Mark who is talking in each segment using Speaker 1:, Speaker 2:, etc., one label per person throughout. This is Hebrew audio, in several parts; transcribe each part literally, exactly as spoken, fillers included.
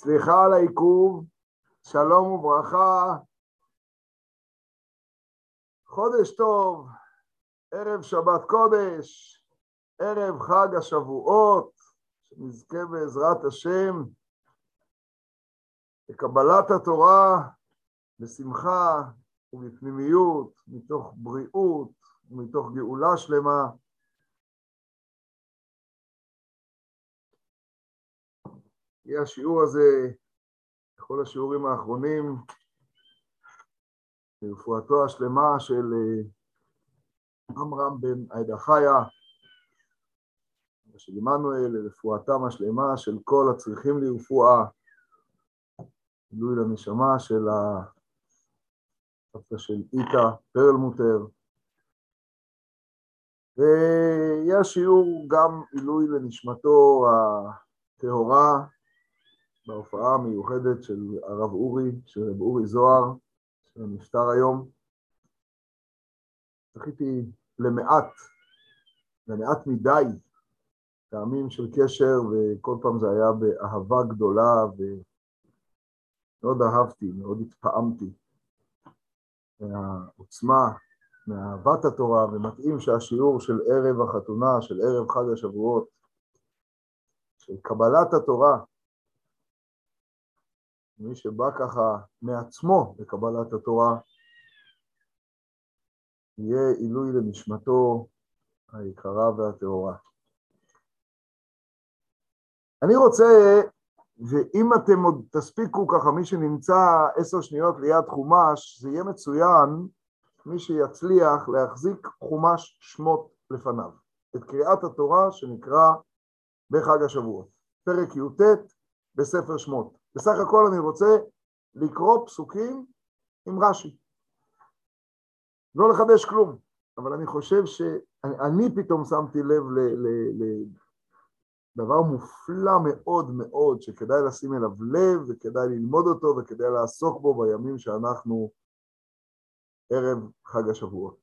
Speaker 1: סליחה על העיכוב, שלום וברכה, חודש טוב, ערב שבת קודש, ערב חג השבועות, שנזכה בעזרת השם לקבלת התורה בשמחה ובפנימיות, מתוך בריאות ומתוך גאולה שלמה. יהיה השיעור הזה, כל השיעורים האחרונים, לרפואתו השלמה של עמרם בן עדה חיה, של עמנואל, לרפואתם השלמה של כל הצריכים לרפואה, גילוי לנשמה של הסבתא של איתה פרלמוטר, ויהיה שיעור גם עילוי לנשמתו הטהורה, בהופעה המיוחדת של הרב אורי, של רב אורי זוהר, שנפטר היום. זכיתי למעט, למעט מדי, טעמים של קשר, וכל פעם זה היה באהבה גדולה, ומאוד אהבתי, מאוד התפעמתי מהעוצמה, מאהבת התורה, ומתאים שהשיעור של ערב החתונה, של ערב חג השבועות, של קבלת התורה, מי שבא ככה מעצמו לקבלת התורה, יהיה עילוי לנשמתו היקרה והטהורה. אני רוצה, ואם אתם עוד תספיקו ככה, מי שנמצא עשר שניות ליד חומש, זה יהיה מצוין, מי שיצליח להחזיק חומש שמות לפניו, את קריאת התורה שנקרא בחג השבועות, פרק י"ט בספר שמות. בסך הכל אני רוצה לקרוא פסוקים עם רש"י. לא לחדש כלום, אבל אני חושב שאני פתאום שמתי לב לדבר מופלא מאוד מאוד, שכדאי לשים אליו לב, וכדאי ללמוד אותו, וכדאי לעסוק בו בימים שאנחנו ערב חג השבועות.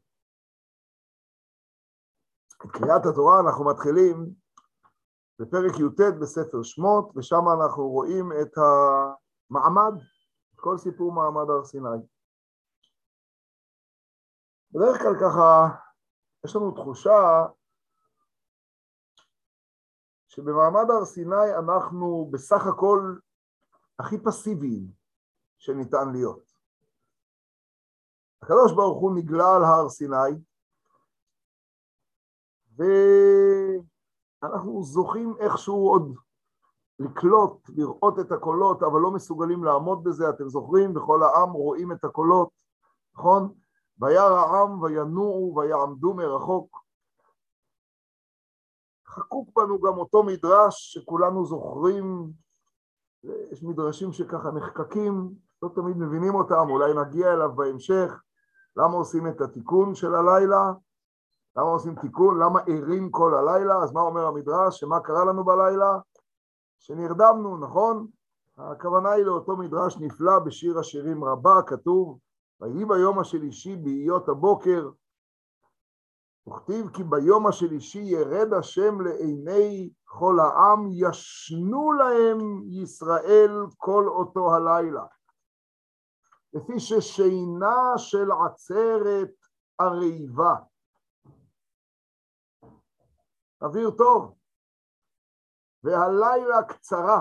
Speaker 1: את קריאת התורה אנחנו מתחילים בפרק י"ט בספר שמות, ושם אנחנו רואים את המעמד, כל סיפור מעמד הר סיני. בדרך כלל ככה, יש לנו תחושה שבמעמד הר סיני אנחנו בסך הכל הכי פסיביים שניתן להיות. הקדוש ברוך הוא נגלה על הר סיני, ו... אנחנו זוכים איכשהו עוד לקלוט, לראות את הקולות, אבל לא מסוגלים לעמוד בזה. אתם זוכרים, בכל העם רואים את הקולות, נכון? וירא העם וינועו ויעמדו מרחוק. חקוק בנו גם אותו מדרש שכולנו זוכרים, יש מדרשים שככה נחקקים, לא תמיד מבינים אותם, אולי נגיע אליו בהמשך. למה עושים את התיקון של הלילה? למה עושים תיקון? למה ערים כל הלילה? אז מה אומר המדרש? שמה קרה לנו בלילה? שנרדמנו, נכון? הכוונה היא לאותו מדרש נפלא בשיר השירים רבה, כתוב, ויהי ביום השלישי בהיות הבוקר, וכתיב כי ביום השלישי ירד השם לעיני כל העם, ישנו להם ישראל כל אותו הלילה. לפי ששינה של עצרת הרעיבה. אוויר טוב, והלילה קצרה.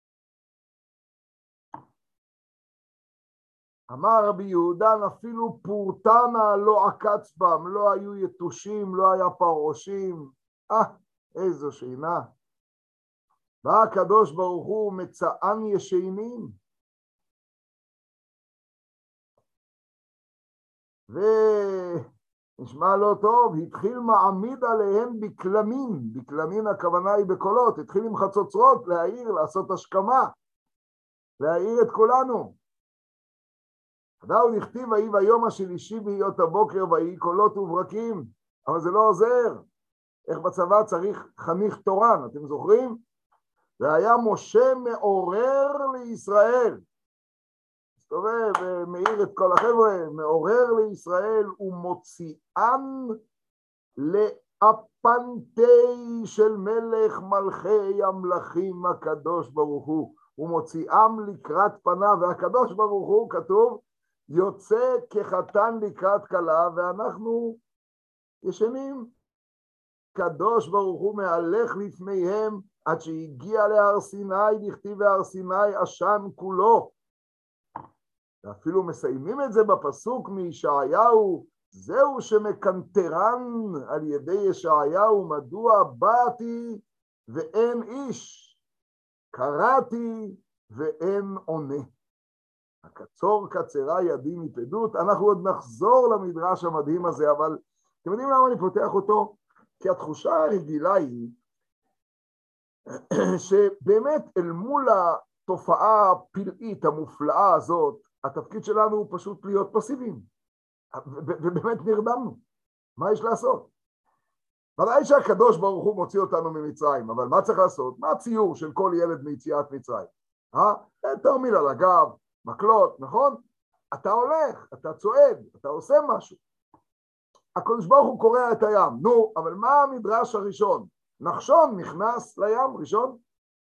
Speaker 1: אמר רבי יהודה, אפילו פורטנה לא עקץ בם, לא היו יתושים, לא היה פרעושים. אה, איזו שינה. בא הקדוש ברוך הוא מצאן ישנים. ו... נשמע לא טוב, התחיל מעמיד עליהם בקלמים, בקלמים הכוונה היא בקולות, התחיל עם חצוצרות להעיר, לעשות השכמה, להעיר את כולנו. דאו נכתיב ויהי ביום השלישי בהיות הבוקר ויהי קולות וברקים, אבל זה לא עוזר. איך בצבא צריך חניך תורן, אתם זוכרים? והיה משה מעורר לישראל. מסתובב ומאיר את כל החבר'ה, מעורר לישראל ומוציאן לאפנטי של מלך מלכי המלכים הקדוש ברוך הוא. ומוציאם לקראת פניו, והקדוש ברוך הוא כתוב, יוצא כחתן לקראת כלה, ואנחנו ישנים. קדוש ברוך הוא מהלך לפניהם, עד שהגיע להר סיני, דכתיב בהר סיני עשן כולו. ואפילו מסיימים את זה בפסוק מישעיהו, זהו שמקנטרן על ידי ישעיהו, מדוע באתי ואין איש, קראתי ואין עונה. הקצור קצרה ידי מפדות. אנחנו עוד נחזור למדרש המדהים הזה, אבל אתם יודעים למה אני פותח אותו? כי התחושה הרגילה היא שבאמת אל מול התופעה הפלאית המופלאה הזאת, התפקיד שלנו הוא פשוט להיות פסיביים, ובאמת נרדמנו. מה יש לעשות? ודאי שהקדוש ברוך הוא מוציא אותנו ממצרים, אבל מה צריך לעשות? מה הציור של כל ילד מיציאת מצרים? אה? תרמיל על הגב, מקלות, נכון? אתה הולך, אתה צועד, אתה עושה משהו. הקדוש ברוך הוא קורע את הים. נו, אבל מה המדרש הראשון? נחשון נכנס לים ראשון.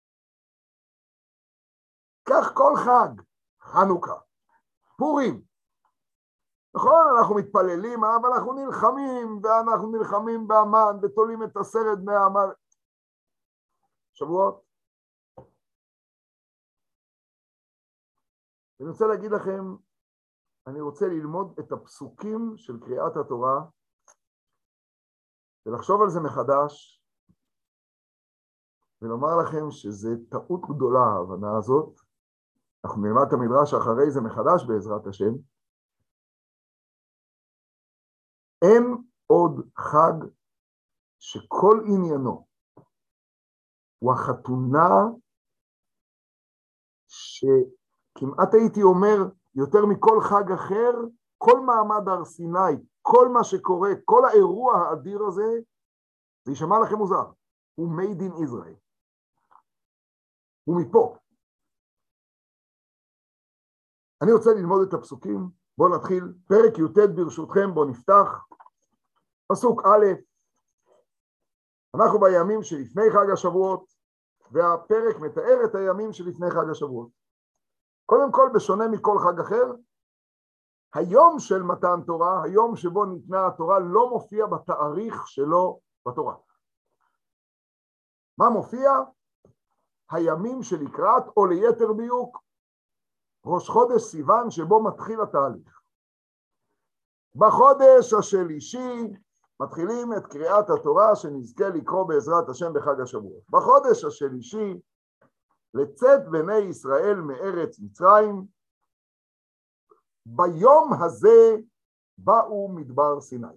Speaker 1: כך כל חג, חנוכה, פורים. נכון, אנחנו מתפללים, אבל אנחנו נלחמים, ואנחנו נלחמים באמן, ותולים את הסרט מהאמן. שבועות. אני רוצה להגיד לכם, אני רוצה ללמוד את הפסוקים של קריאת התורה, ולחשוב על זה מחדש, ולומר לכם שזה טעות גדולה, ההבנה הזאת. אנחנו נלמד את המדרש אחרי זה מחדש בעזרת השם. אין עוד חג שכל עניינו הוא החתונה, שכמעט הייתי אומר יותר מכל חג אחר, כל מעמד הר סיני, כל מה שקורה, כל האירוע האדיר הזה, זה יישמע לכם מוזר, הוא made in Israel. הוא מפה. אני רוצה ללמוד את הפסוקים, בואו נתחיל, פרק י"ט ברשותכם, בואו נפתח. פסוק א', אנחנו בימים שלפני חג השבועות, והפרק מתאר את הימים שלפני חג השבועות. קודם כל, בשונה מכל חג אחר, היום של מתן תורה, היום שבו ניתנה התורה, לא מופיע בתאריך שלו בתורה. מה מופיע? הימים שלקראת, או ליתר דיוק, ראש חודש סיוון שבו מתחיל התהליך. בחודש השלישי מתחילים את קריאת התורה שנזכה לקרוא בעזרת השם בחג השבועות. בחודש השלישי לצאת בני ישראל מארץ מצרים, ביום הזה באו מדבר סיני.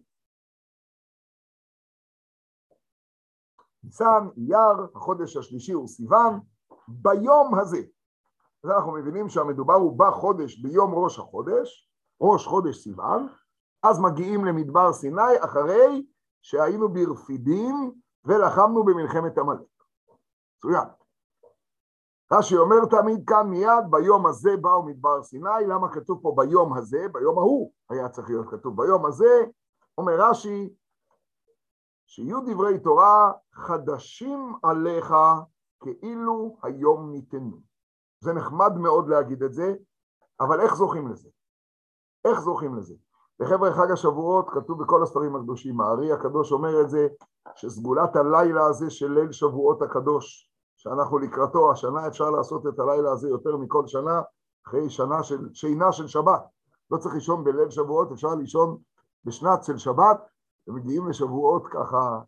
Speaker 1: ניסן, אייר, החודש השלישי הוא סיוון, ביום הזה. אז אנחנו מבינים שהמדובר הוא בחודש, ביום ראש החודש, ראש חודש סיוון, אז מגיעים למדבר סיני אחרי שהיינו ברפידים ולחמנו במלחמת עמלק. מצוין. רש"י אומר תמיד כאן מיד, ביום הזה באו מדבר סיני. למה כתוב פה ביום הזה? ביום ההוא היה צריך להיות כתוב ביום הזה. אומר רש"י, שיהיו דברי תורה חדשים עליך כאילו היום ניתנו. זה נחמד מאוד להגיד את זה, אבל איך זוכים לזה? איך זוכים לזה? בחבר'ה חג השבועות כתוב בכל הספרים הקדושים, הארי הקדוש אומר את זה, שסגולת הלילה הזה של ליל שבועות הקדוש, שאנחנו לקראתו, השנה אפשר לעשות את הלילה הזה יותר מכל שנה, אחרי שנה של שינה של שבת. לא צריך לישון בליל שבועות, אפשר לישון בשנת של שבת, ומגיעים לשבועות ככה.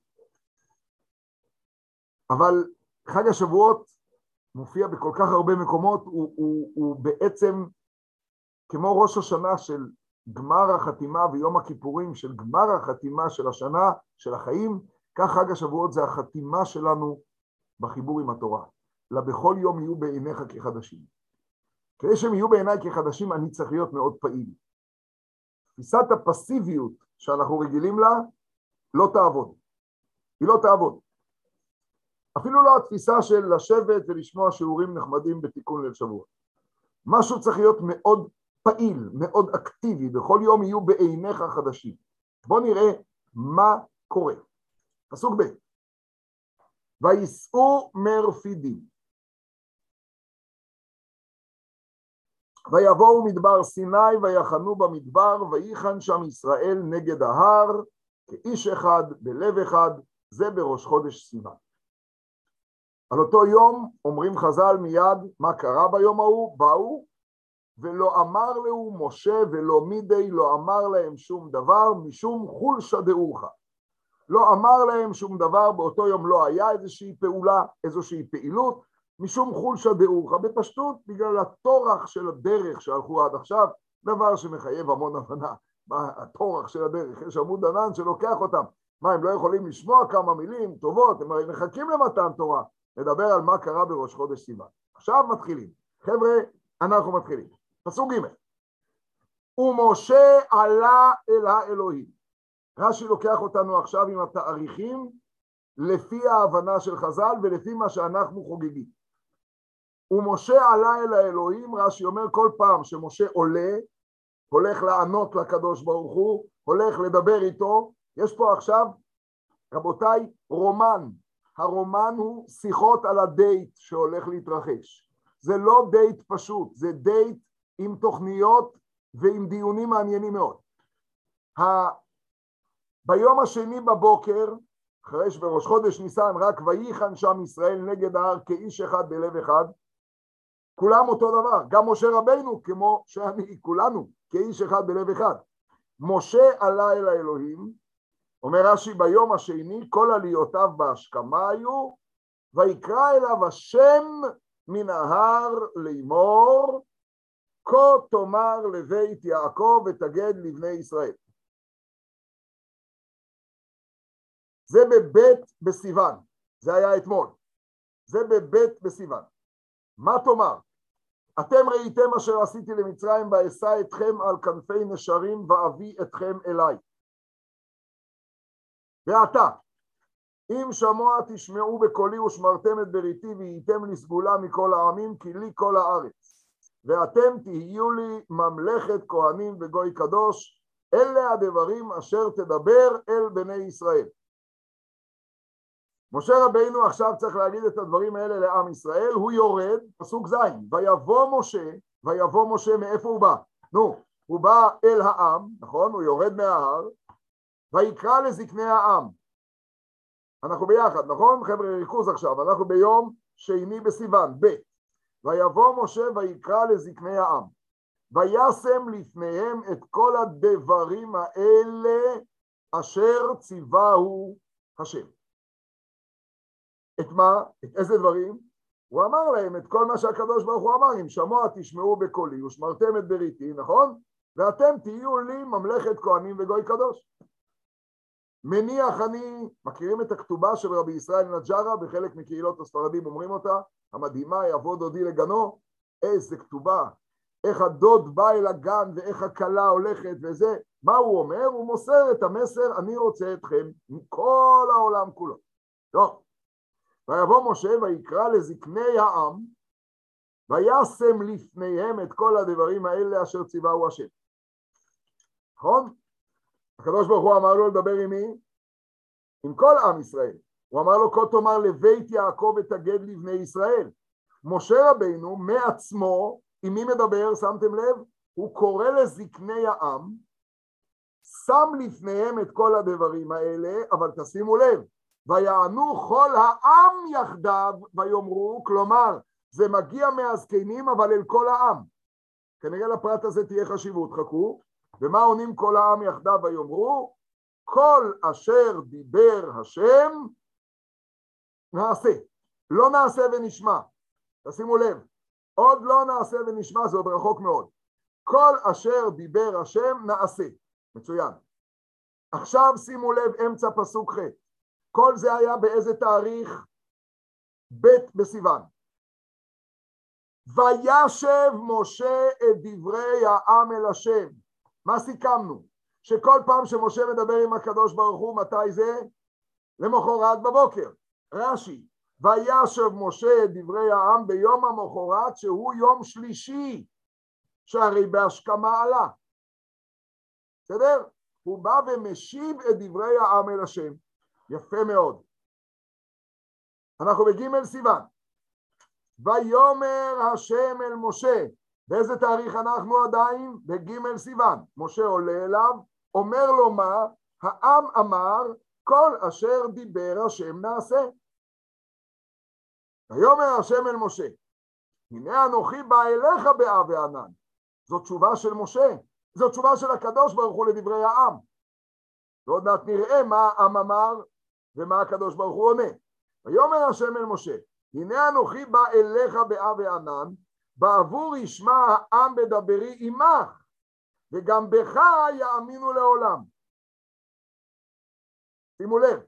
Speaker 1: אבל חג השבועות מופיע בכל כך הרבה מקומות, הוא, הוא, הוא בעצם כמו ראש השנה של גמר החתימה ויום הכיפורים של גמר החתימה של השנה, של החיים, כך חג השבועות זה החתימה שלנו בחיבור עם התורה. לבכל יום יהיו בעיניך כחדשים. כדי שהם יהיו בעיניי כחדשים, אני צריך להיות מאוד פעיל. תפיסת הפסיביות שאנחנו רגילים לה, לא תעבוד. היא לא תעבוד. אפילו לא התפיסה של לשבת ולשמוע שיעורים נחמדים בתיקון ליל שבועות. משהו צריך להיות מאוד פעיל, מאוד אקטיבי, בכל יום יהיו בעיניך חדשים. בואו נראה מה קורה. פסוק ב' ויסעו מרפידים. ויבואו מדבר סיני ויחנו במדבר ויחן שם ישראל נגד ההר כאיש אחד בלב אחד, זה בראש חודש סיוון. על אותו יום אומרים חז"ל מיד מה קרה ביום ההוא, באו ולא אמר להו משה ולא מידי, לא אמר להם שום דבר משום חולשא דאורחא. לא אמר להם שום דבר, באותו יום לא היה איזושהי פעולה, איזושהי פעילות, משום חולשא דאורחא, בפשטות בגלל התורח של הדרך שהלכו עד עכשיו, דבר שמחייב המון הבנה. מה התורח של הדרך? יש עמוד ענן שלוקח אותם. מה, הם לא יכולים לשמוע כמה מילים טובות? הם הרי מחכים למתן תורה. נדבר על מה קרה בראש חודש סיוון. עכשיו מתחילים. חבר'ה, אנחנו מתחילים. פסוק ג' ומשה עלה אל האלוהים. רש"י לוקח אותנו עכשיו עם התאריכים לפי ההבנה של חז"ל ולפי מה שאנחנו חוגגים. ומשה עלה אל האלוהים, רש"י אומר כל פעם שמשה עולה, הולך לענות לקדוש ברוך הוא, הולך לדבר איתו, יש פה עכשיו, רבותיי, רומן. הרומן הוא שיחות על הדייט שהולך להתרחש. זה לא דייט פשוט, זה דייט עם תוכניות ועם דיונים מעניינים מאוד. ה... ביום השני בבוקר, אחרי שבראש חודש ניסן, רק ויחן שם ישראל נגד ההר כאיש אחד בלב אחד, כולם אותו דבר, גם משה רבינו כמו שאני, כולנו כאיש אחד בלב אחד. משה עלה אל האלוהים, אומר רש"י ביום השני, כל עליותיו בהשכמה היו, ויקרא אליו השם מן ההר לאמור, כה תאמר לבית יעקב ותגד לבני ישראל. זה בבית בסיוון, זה היה אתמול, זה בבית בסיוון. מה תאמר? אתם ראיתם אשר עשיתי למצרים ואשא אתכם על כנפי נשרים ואביא אתכם אליי. ועתה, אם שמוע תשמעו בקולי ושמרתם את בריתי והייתם לי סגולה מכל העמים כי לי כל הארץ. ואתם תהיו לי ממלכת כהנים וגוי קדוש, אלה הדברים אשר תדבר אל בני ישראל. משה רבינו עכשיו צריך להגיד את הדברים האלה לעם ישראל, הוא יורד, פסוק זין, ויבוא משה, ויבוא משה מאיפה הוא בא? נו, הוא בא אל העם, נכון? הוא יורד מההר, ויקרא לזקני העם. אנחנו ביחד, נכון? חבר'ה, ריכוז עכשיו, אנחנו ביום שני בסיוון, ב' ויבוא משה ויקרא לזקני העם, וישם לפניהם את כל הדברים האלה אשר ציווהו השם. את מה? את איזה דברים? הוא אמר להם את כל מה שהקדוש ברוך הוא אמר, אם שמוע תשמעו בקולי ושמרתם את בריתי, נכון? ואתם תהיו לי ממלכת כהנים וגוי קדוש. מניח אני, מכירים את הכתובה של רבי ישראל נג'רה, בחלק מקהילות הספרדים אומרים אותה, המדהימה, יבוא דודי לגנו, איזה כתובה, איך הדוד בא אל הגן ואיך הכלה הולכת וזה, מה הוא אומר? הוא מוסר את המסר, אני רוצה אתכם מכל העולם כולו. טוב. ויבוא משה ויקרא לזקני העם, וישם לפניהם את כל הדברים האלה אשר ציווהו השם. נכון? הקדוש ברוך הוא אמר לו לדבר עם מי? עם כל עם ישראל. הוא אמר לו, כה תאמר לבית יעקב ותגד לבני ישראל. משה רבינו מעצמו, עם מי מדבר, שמתם לב? הוא קורא לזקני העם, שם לפניהם את כל הדברים האלה, אבל תשימו לב, ויענו כל העם יחדיו ויאמרו, כלומר, זה מגיע מהזקנים אבל אל כל העם. כנראה לפרט הזה תהיה חשיבות, חכו. ומה עונים כל העם יחדיו ויאמרו? כל אשר דיבר השם נעשה. לא נעשה ונשמע. תשימו לב, עוד לא נעשה ונשמע, זה עוד רחוק מאוד. כל אשר דיבר השם נעשה. מצוין. עכשיו שימו לב, אמצע פסוק ח'. כל זה היה באיזה תאריך? ב' בסיוון. וישב משה את דברי העם אל השם. מה סיכמנו? שכל פעם שמשה מדבר עם הקדוש ברוך הוא, מתי זה? למחרת בבוקר. רש"י, וישב משה את דברי העם ביום המחרת שהוא יום שלישי, שהרי בהשכמה עלה. בסדר? הוא בא ומשיב את דברי העם אל השם. יפה מאוד. אנחנו בג' סיוון. ויאמר השם אל משה, באיזה תאריך אנחנו עדיין? בג' סיוון. משה עולה אליו, אומר לו מה? העם אמר, כל אשר דיבר השם נעשה. ויאמר השם אל משה, הנה אנוכי בא אליך באב וענן. זאת תשובה של משה, זאת תשובה של הקדוש ברוך הוא לדברי העם. ועוד מעט נראה מה העם אמר ומה הקדוש ברוך הוא עונה. ויאמר השם אל משה, הנה אנוכי בא אליך באב וענן, בעבור ישמע העם בדברי עמך, וגם בך יאמינו לעולם. שימו לב,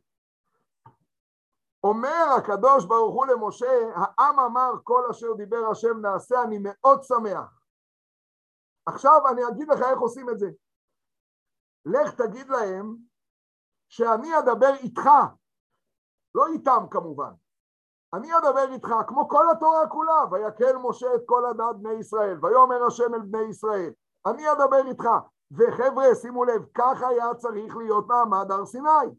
Speaker 1: אומר הקדוש ברוך הוא למשה, העם אמר כל אשר דיבר השם נעשה, אני מאוד שמח. עכשיו אני אגיד לך איך עושים את זה. לך תגיד להם שאני אדבר איתך, לא איתם כמובן. אני אדבר איתך כמו כל התורה כולה, ויקל משה את כל עדת בני ישראל, ויאמר השם אל בני ישראל, אני אדבר איתך. וחבר'ה, שימו לב, ככה היה צריך להיות מעמד הר סיני.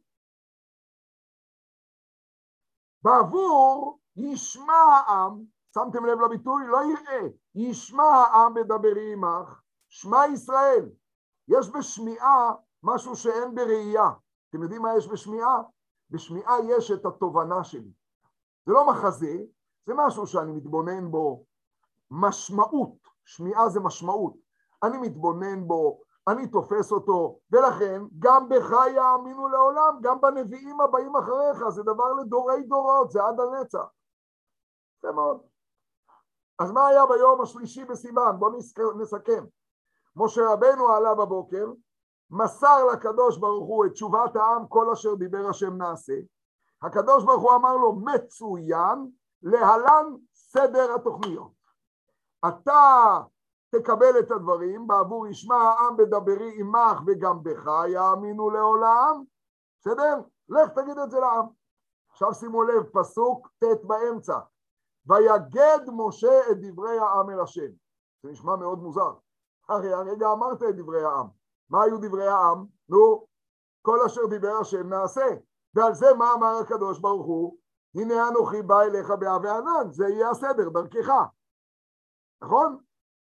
Speaker 1: בעבור ישמע העם, שמתם לב לביטוי? לא יראה, ישמע העם בדברי עמך, שמע ישראל. יש בשמיעה משהו שאין בראייה. אתם יודעים מה יש בשמיעה? בשמיעה יש את התובנה שלי. זה לא מחזה, זה משהו שאני מתבונן בו, משמעות, שמיעה זה משמעות. אני מתבונן בו, אני תופס אותו, ולכן גם בך יאמינו לעולם, גם בנביאים הבאים אחריך, זה דבר לדורי דורות, זה עד הנצח. זה מאוד. אז מה היה ביום השלישי בסיוון? בואו נסכם. משה רבנו עלה בבוקר, מסר לקדוש ברוך הוא את תשובת העם, כל אשר דיבר השם נעשה. הקדוש ברוך הוא אמר לו, מצוין, להלן סדר התוכניות. אתה תקבל את הדברים, בעבור ישמע העם בדברי עמך וגם בך יאמינו לעולם. בסדר? לך תגיד את זה לעם. עכשיו שימו לב, פסוק ת' באמצע. ויגד משה את דברי העם אל השם. זה נשמע מאוד מוזר. הרי הרגע אמרת את דברי העם. מה היו דברי העם? נו, כל אשר דיבר השם נעשה. ועל זה מה אמר הקדוש ברוך הוא? הנה אנוכי בא אליך באב וענן. זה יהיה הסדר, דרכך. נכון?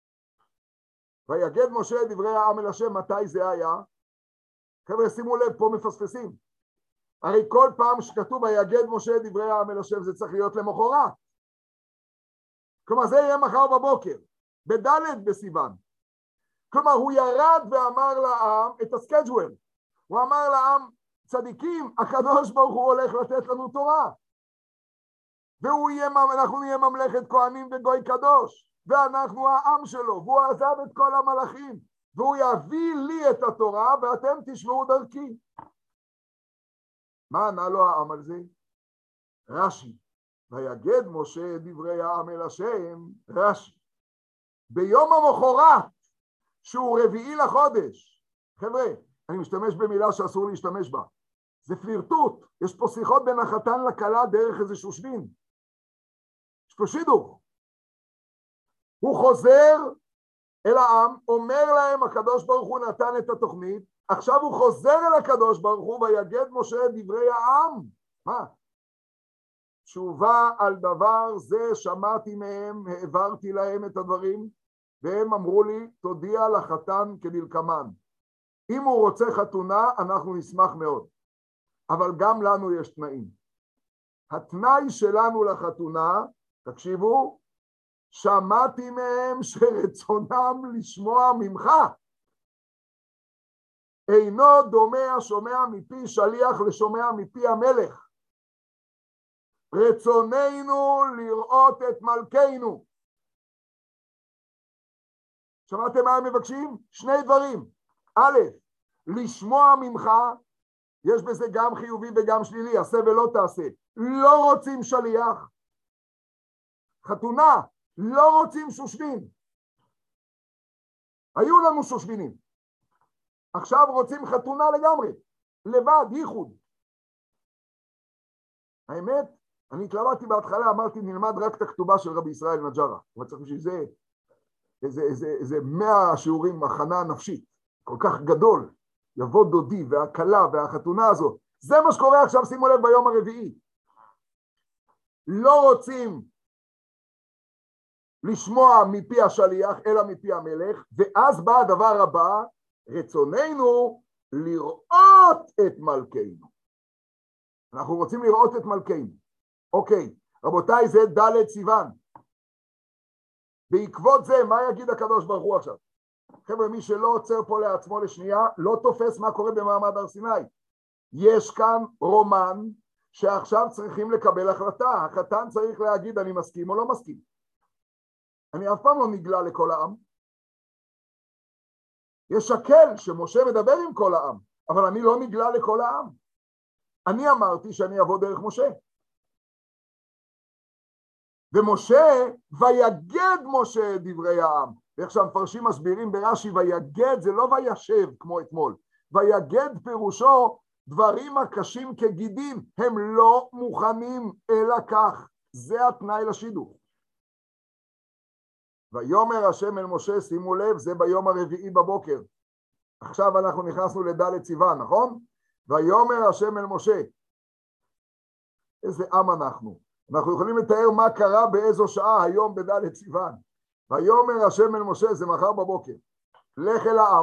Speaker 1: ויגד משה את דברי העם אל השם, מתי זה היה? חבר'ה, שימו לב, פה מפספסים. הרי כל פעם שכתוב ויגד משה את דברי העם אל השם, זה צריך להיות למחרת. כלומר, זה יהיה מחר בבוקר, בדלת בסיוון. כלומר, הוא ירד ואמר לעם את הסקייג'ואל. הוא אמר לעם, צדיקים, הקדוש ברוך הוא הולך לתת לנו תורה. ואנחנו נהיה ממלכת כהנים וגוי קדוש. ואנחנו העם שלו, והוא עזב את כל המלאכים, והוא יביא לי את התורה, ואתם תשמעו דרכי. מה ענה לו העם על זה? רש"י, ויגד משה את דברי העם אל השם, רש"י, ביום המחרת, שהוא רביעי לחודש, חבר'ה, אני משתמש במילה שאסור להשתמש בה, זה פלירטוט, יש פה שיחות בין החתן לכלה דרך איזשהו שבין, יש פה שידוך, הוא חוזר אל העם, אומר להם הקדוש ברוך הוא נתן את התוכנית, עכשיו הוא חוזר אל הקדוש ברוך הוא ויגד משה את דברי העם. מה? תשובה על דבר זה שמעתי מהם, העברתי להם את הדברים, והם אמרו לי תודיע לחתן כדלקמן. אם הוא רוצה חתונה אנחנו נשמח מאוד, אבל גם לנו יש תנאים. התנאי שלנו לחתונה, תקשיבו, שמעתי מהם שרצונם לשמוע ממך. אינו דומה השומע מפי שליח לשומע מפי המלך. רצוננו לראות את מלכנו. שמעתם מה הם מבקשים? שני דברים. א', לשמוע ממך, יש בזה גם חיובי וגם שלילי, עשה ולא תעשה. לא רוצים שליח. חתונה, לא רוצים שושבין. היו לנו שושבינים. עכשיו רוצים חתונה לגמרי, לבד, ייחוד. האמת, אני התלבטתי בהתחלה, אמרתי נלמד רק את הכתובה של רבי ישראל נג'רה. אבל צריך בשביל זה איזה, איזה, איזה מאה שיעורים הכנה נפשית, כל כך גדול. יבוא דודי והכלה והחתונה הזאת. זה מה שקורה עכשיו, שימו לב ביום הרביעי. לא רוצים לשמוע מפי השליח, אלא מפי המלך, ואז בא הדבר הבא, רצוננו לראות את מלכנו. אנחנו רוצים לראות את מלכנו. אוקיי, רבותיי, זה ד' סיוון. בעקבות זה, מה יגיד הקדוש ברוך הוא עכשיו? חבר'ה, מי שלא עוצר פה לעצמו לשנייה, לא תופס מה קורה במעמד הר סיני. יש כאן רומן שעכשיו צריכים לקבל החלטה. החתן צריך להגיד אני מסכים או לא מסכים. אני אף פעם לא נגלה לכל העם. יש שקל שמשה מדבר עם כל העם, אבל אני לא נגלה לכל העם. אני אמרתי שאני אבוא דרך משה. ומשה, ויגד משה את דברי העם. ואיך שהמפרשים מסבירים ברש"י, ויגד זה לא וישב כמו אתמול. ויגד פירושו דברים הקשים כגידים, הם לא מוכנים אלא כך. זה התנאי לשידוך. ויאמר השם אל משה, שימו לב, זה ביום הרביעי בבוקר. עכשיו אנחנו נכנסנו לד' סיוון, נכון? ויאמר השם אל משה. איזה עם אנחנו. אנחנו יכולים לתאר מה קרה באיזו שעה היום בד' סיוון. ויאמר השם אל משה, זה מחר בבוקר. לך אל העם.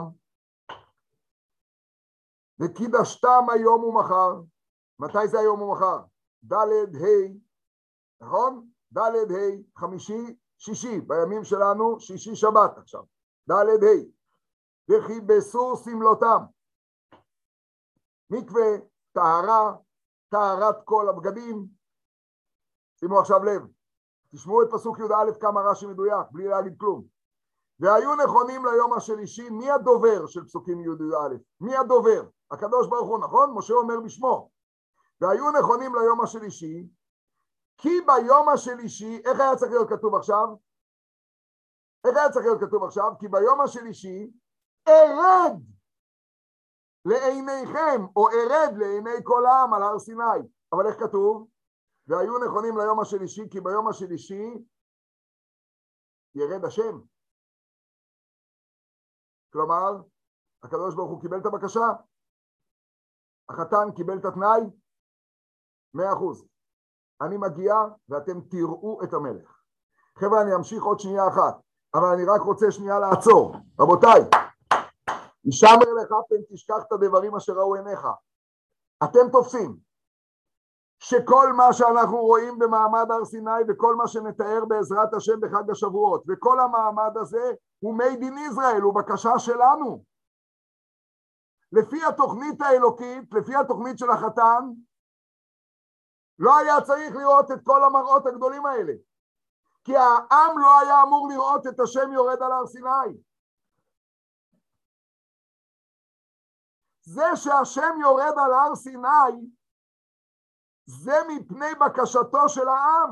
Speaker 1: וקידשתם היום ומחר. מתי זה היום ומחר? ד' ה', נכון? ד' ה', חמישי, שישי, בימים שלנו שישי שבת עכשיו. ד' ה'. וכיבסו סמלותם. מקווה, טהרה, טהרת כל הבגדים. שימו עכשיו לב. תשמעו את פסוק י"א כמה רש"י מדויק, בלי להגיד כלום. והיו נכונים ליום השלישי, מי הדובר של פסוקים י"א? מי הדובר? הקדוש ברוך הוא, נכון? משה אומר בשמו. והיו נכונים ליום השלישי, כי ביום השלישי, איך היה צריך להיות כתוב עכשיו? איך היה צריך להיות כתוב עכשיו? כי ביום השלישי, ארד לעיניכם, או ארד לעיני כל העם על הר סיני. אבל איך כתוב? והיו נכונים ליום השלישי, כי ביום השלישי ירד השם. כלומר, הקדוש ברוך הוא קיבל את הבקשה, החתן קיבל את התנאי, מאה אחוז. אני מגיע ואתם תראו את המלך. חבר'ה, אני אמשיך עוד שנייה אחת, אבל אני רק רוצה שנייה לעצור. רבותיי, ישמר לך פן תשכח את הדברים אשר ראו עיניך. אתם תופסים שכל מה שאנחנו רואים במעמד הר סיני וכל מה שנתאר בעזרת השם בחג השבועות וכל המעמד הזה הוא made in Israel, הוא בקשה שלנו. לפי התוכנית האלוקית, לפי התוכנית של החתן, לא היה צריך לראות את כל המראות הגדולים האלה. כי העם לא היה אמור לראות את השם יורד על הר סיני. זה שהשם יורד על הר סיני, זה מפני בקשתו של העם.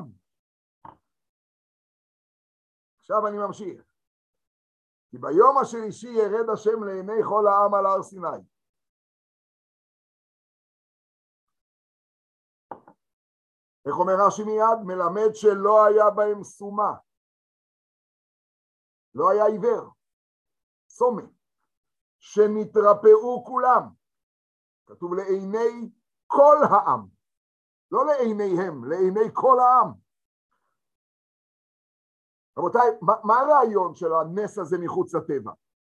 Speaker 1: עכשיו אני ממשיך. כי ביום השלישי ירד השם לעיני כל העם על הר סיני. איך אומר רש"י מיד? מלמד שלא היה בהם סומה. לא היה עיוור. סומה. שנתרפאו כולם. כתוב לעיני כל העם. לא לעיניהם, לעיני כל העם. רבותיי, מה, מה הרעיון של הנס הזה מחוץ לטבע?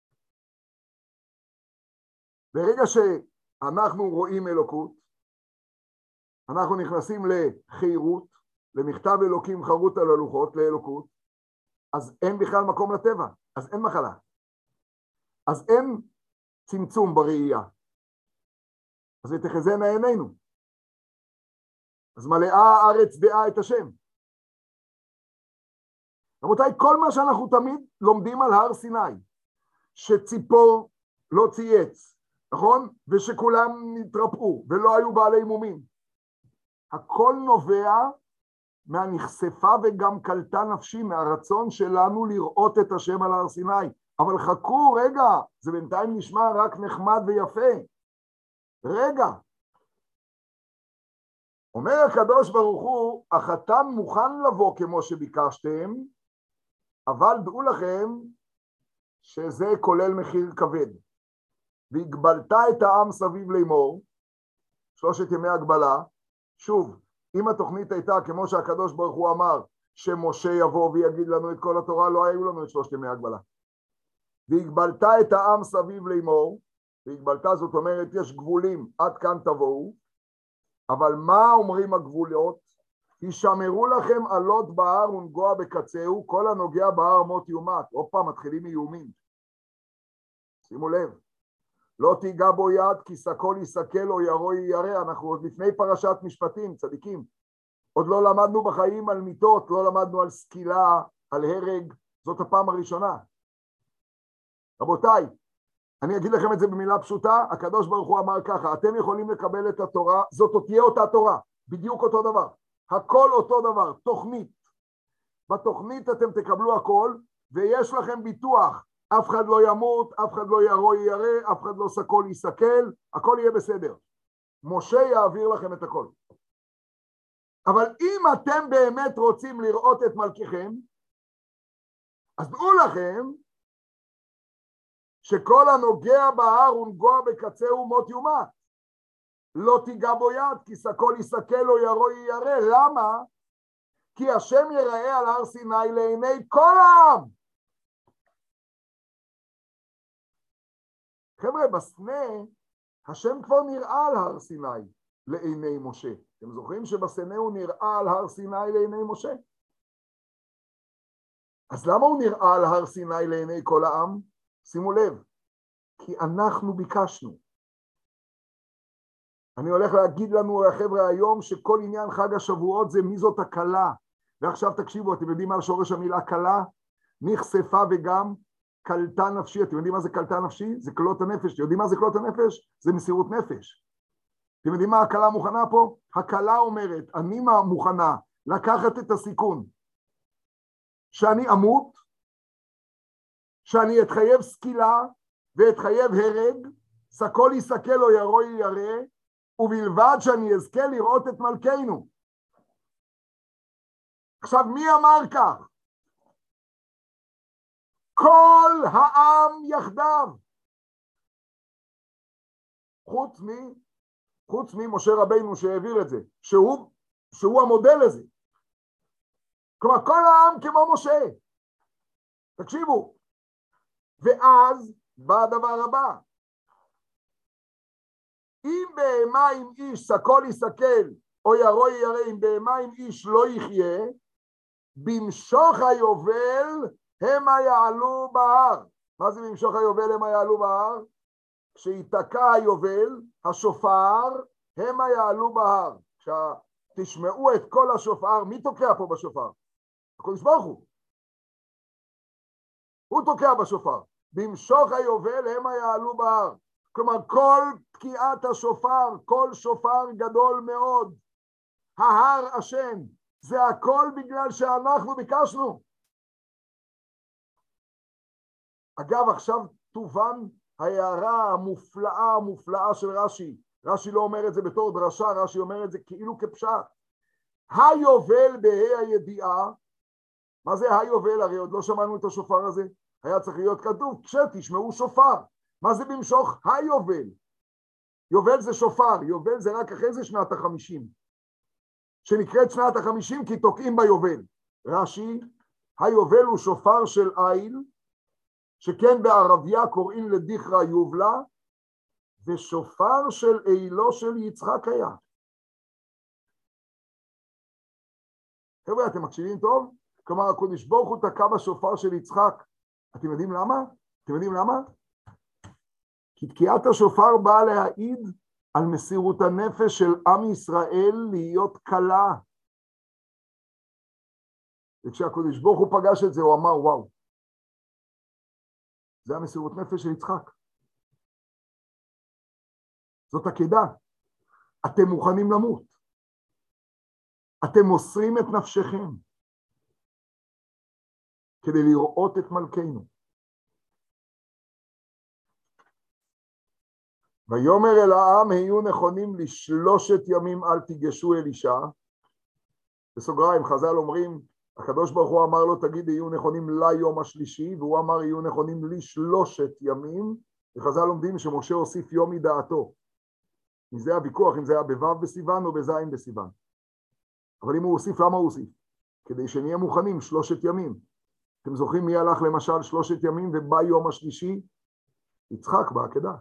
Speaker 1: ברגע שאנחנו רואים אלוקות, אנחנו נכנסים לחירות, למכתב אלוקים חרות על הלוחות, לאלוקות, אז אין בכלל מקום לטבע, אז אין מחלה. אז אין צמצום בראייה. אז ותחזינה עינינו. אז מלאה הארץ דעה את השם. רבותיי, כל מה שאנחנו תמיד לומדים על הר סיני, שציפור לא צייץ, נכון? ושכולם נתרפאו ולא היו בעלי מומים. הכל נובע מהנחשפה וגם קלטה נפשי, מהרצון שלנו לראות את השם על הר סיני. אבל חכו, רגע, זה בינתיים נשמע רק נחמד ויפה. רגע. אומר הקדוש ברוך הוא, החתן מוכן לבוא כמו שביקשתם, אבל דעו לכם שזה כולל מחיר כבד. והגבלת את העם סביב לאמור, שלושת ימי הגבלה. שוב, אם התוכנית הייתה כמו שהקדוש ברוך הוא אמר, שמשה יבוא ויגיד לנו את כל התורה, לא היו לנו את שלושת ימי הגבלה. והגבלת את העם סביב לאמור, והגבלת זאת אומרת יש גבולים, עד כאן תבואו, אבל מה אומרים הגבולות? הישמרו לכם עלות בהר ונגוע בקצהו, כל הנוגע בהר מות יומת. עוד פעם מתחילים איומים. שימו לב, לא תיגע בו יד כי סקול יסקל או ירו ירא. אנחנו עוד לפני פרשת משפטים, צדיקים. עוד לא למדנו בחיים על מיתות, לא למדנו על סקילה, על הרג, זאת הפעם הראשונה. רבותיי, אני אגיד לכם את זה במילה פשוטה, הקדוש ברוך הוא אמר ככה, אתם יכולים לקבל את התורה, זאת תהיה אותה תורה, בדיוק אותו דבר, הכל אותו דבר, תוכנית. בתוכנית אתם תקבלו הכל, ויש לכם ביטוח, אף אחד לא ימות, אף אחד לא ירו ירא, אף אחד לא סקול יסקל, הכל יהיה בסדר. משה יעביר לכם את הכל. אבל אם אתם באמת רוצים לראות את מלכיכם, אז דעו לכם, שכל הנוגע בהר ונגוע בקצהו מות יומת. לא תיגע בו יד, כי סקול יסקל או ירו ירא. למה? כי השם יראה על הר סיני לעיני כל העם. חבר'ה, בסנה, השם כבר נראה על הר סיני לעיני משה. אתם זוכרים שבסנה הוא נראה על הר סיני לעיני משה? אז למה הוא נראה על הר סיני לעיני כל העם? שימו לב, כי אנחנו ביקשנו. אני הולך להגיד לנו, החבר'ה, היום שכל עניין חג השבועות זה מי זאת הקלה. ועכשיו תקשיבו, אתם יודעים מה שורש המילה קלה? נחשפה וגם קלטה נפשי. אתם יודעים מה זה קלטה נפשי? זה קלות הנפש. אתם יודעים מה זה קלות הנפש? זה מסירות נפש. אתם יודעים מה הקלה מוכנה פה? הקלה אומרת, אני מוכנה לקחת את הסיכון שאני אמות, שאני אתחייב סקילה ואתחייב הרג, סקול יסקל או ירו ירא, ובלבד שאני אזכה לראות את מלכנו. עכשיו מי אמר כך? כל העם יחדיו. חוץ מי? חוץ ממשה רבינו שהעביר את זה, שהוא, שהוא המודל לזה. כלומר כל העם כמו משה. תקשיבו. ואז בא הדבר הבא. אם בהמה עם איש סקול יסקל או ירו ירא, אם בהמה עם איש לא יחיה, במשוך היובל המה יעלו בהר. מה זה במשוך היובל המה יעלו בהר? כשיתקע היובל, השופר, המה יעלו בהר. כשתשמעו את כל השופר, מי תוקע פה בשופר? הקדוש ברוך הוא. הוא תוקע בשופר. במשוך היובל המה יעלו בהר. כלומר, כל תקיעת השופר, כל שופר גדול מאוד, ההר השם, זה הכל בגלל שאנחנו ביקשנו. אגב, עכשיו תובן ההערה המופלאה, המופלאה של רש"י. רש"י לא אומר את זה בתור דרשה, רש"י אומר את זה כאילו כפשט. היובל בה"א הידיעה, מה זה היובל? הרי עוד לא שמענו את השופר הזה. היה צריך להיות כתוב, כשתשמעו שופר. מה זה במשוך? היובל. יובל זה שופר, יובל זה רק אחרי זה שנת החמישים. שנקראת שנת החמישים כי תוקעים ביובל. רש"י, היובל הוא שופר של איל, שכן בערביה קוראים לדיכרא יובלה, ושופר של אילו של יצחק היה. חבר'ה, אתם מקשיבים טוב? כלומר, הקדוש ברוך הוא תקע בשופר של יצחק. אתם יודעים למה? אתם יודעים למה? כי תקיעת השופר באה להעיד על מסירות הנפש של עם ישראל להיות קלה. וכשהקדוש ברוך הוא פגש את זה, הוא אמר, וואו, זה המסירות נפש של יצחק. זאת עקידה. אתם מוכנים למות. אתם מוסרים את נפשכם כדי לראות את מלכנו. ויאמר אל העם, היו נכונים לשלושת ימים אל תיגשו אל אישה. בסוגריים, חז"ל אומרים, הקדוש ברוך הוא אמר לו, תגיד, יהיו נכונים ליום השלישי, והוא אמר, יהיו נכונים לשלושת ימים, וחז"ל לומדים שמשה הוסיף יום מדעתו. מזה הוויכוח, אם זה היה בו' בסיוון או בז' בסיוון. אבל אם הוא הוסיף, למה הוא הוסיף? כדי שנהיה מוכנים שלושת ימים. אתם זוכרים מי הלך למשל שלושת ימים ובא יום השלישי? יצחק בעקדה.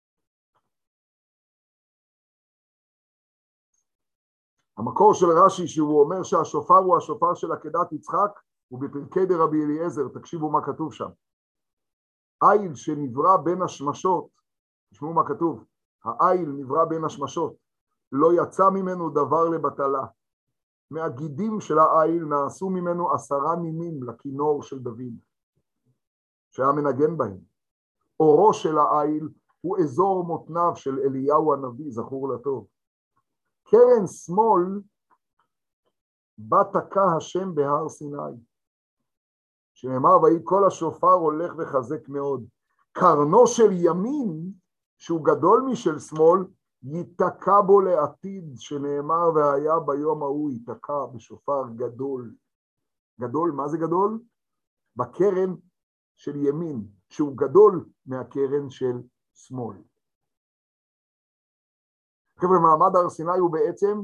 Speaker 1: המקור של רש"י שהוא אומר שהשופר הוא השופר של עקדת יצחק, ובפרקי דרבי אליעזר, תקשיבו מה כתוב שם. איל שנברא בין השמשות, תשמעו מה כתוב, האיל נברא בין השמשות, לא יצא ממנו דבר לבטלה. מהגידים של האיל נעשו ממנו עשרה נימים לכינור של דוד, שהיה מנגן בהם. אורו של האיל הוא אזור מותניו של אליהו הנביא, זכור לטוב. קרן שמאל בה תקע השם בהר סיני, שנאמר ויהי כל השופר הולך וחזק מאוד. קרנו של ימין, שהוא גדול משל שמאל, ייתקע בו לעתיד, שנאמר והיה ביום ההוא ייתקע בשופר גדול. גדול, מה זה גדול? בקרן של ימין, שהוא גדול מהקרן של שמאל. חבר'ה, מעמד הר סיני הוא בעצם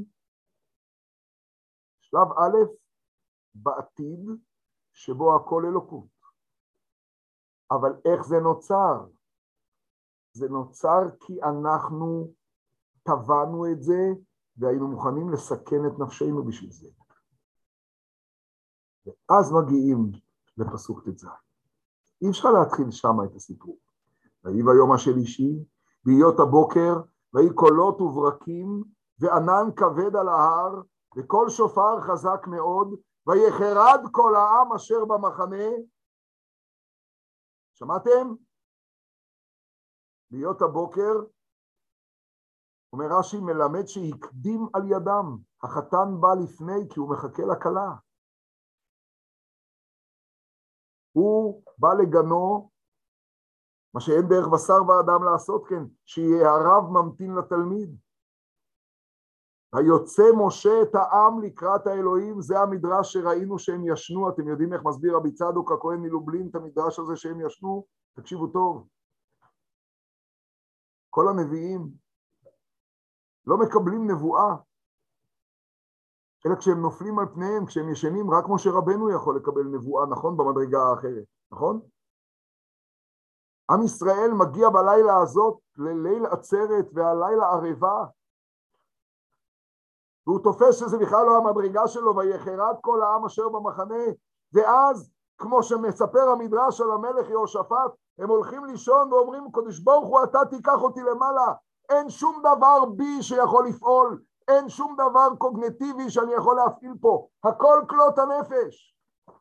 Speaker 1: שלב א' בעתיד שבו הכל אלוקות. אבל איך זה נוצר? זה נוצר כי אנחנו טבענו את זה והיינו מוכנים לסכן את נפשנו בשביל זה. ואז מגיעים לפסוק ט"ז. אי אפשר להתחיל שמה את הסיפור. ויהי ביום השלישי, בהיות הבוקר, ויהי קולות וברקים, וענן כבד על ההר, וכל שופר חזק מאוד, ויחרד כל העם אשר במחנה. שמעתם? בהיות הבוקר, אומר רש"י, מלמד שהקדים על ידם. החתן בא לפני כי הוא מחכה לכלה. הוא בא לגנו, מה שאין דרך בשר ואדם לעשות כן, שיהיה הרב ממתין לתלמיד. היוצא משה את העם לקראת האלוהים, זה המדרש שראינו שהם ישנו. אתם יודעים איך מסביר רבי צדוק הכהן מלובלין את המדרש הזה שהם ישנו? תקשיבו טוב. כל הנביאים לא מקבלים נבואה, אלא כשהם נופלים על פניהם, כשהם ישנים, רק משה רבנו יכול לקבל נבואה, נכון? במדרגה האחרת, נכון? עם ישראל מגיע בלילה הזאת לליל עצרת והלילה ערבה, והוא תופס שזה בכלל לא המדרגה שלו, ויחרד כל העם אשר במחנה, ואז, כמו שמספר המדרש על המלך יהושפט, הם הולכים לישון ואומרים, קדוש ברוך הוא, אתה תיקח אותי למעלה, אין שום דבר בי שיכול לפעול, אין שום דבר קוגניטיבי שאני יכול להפעיל פה, הכל כלות הנפש.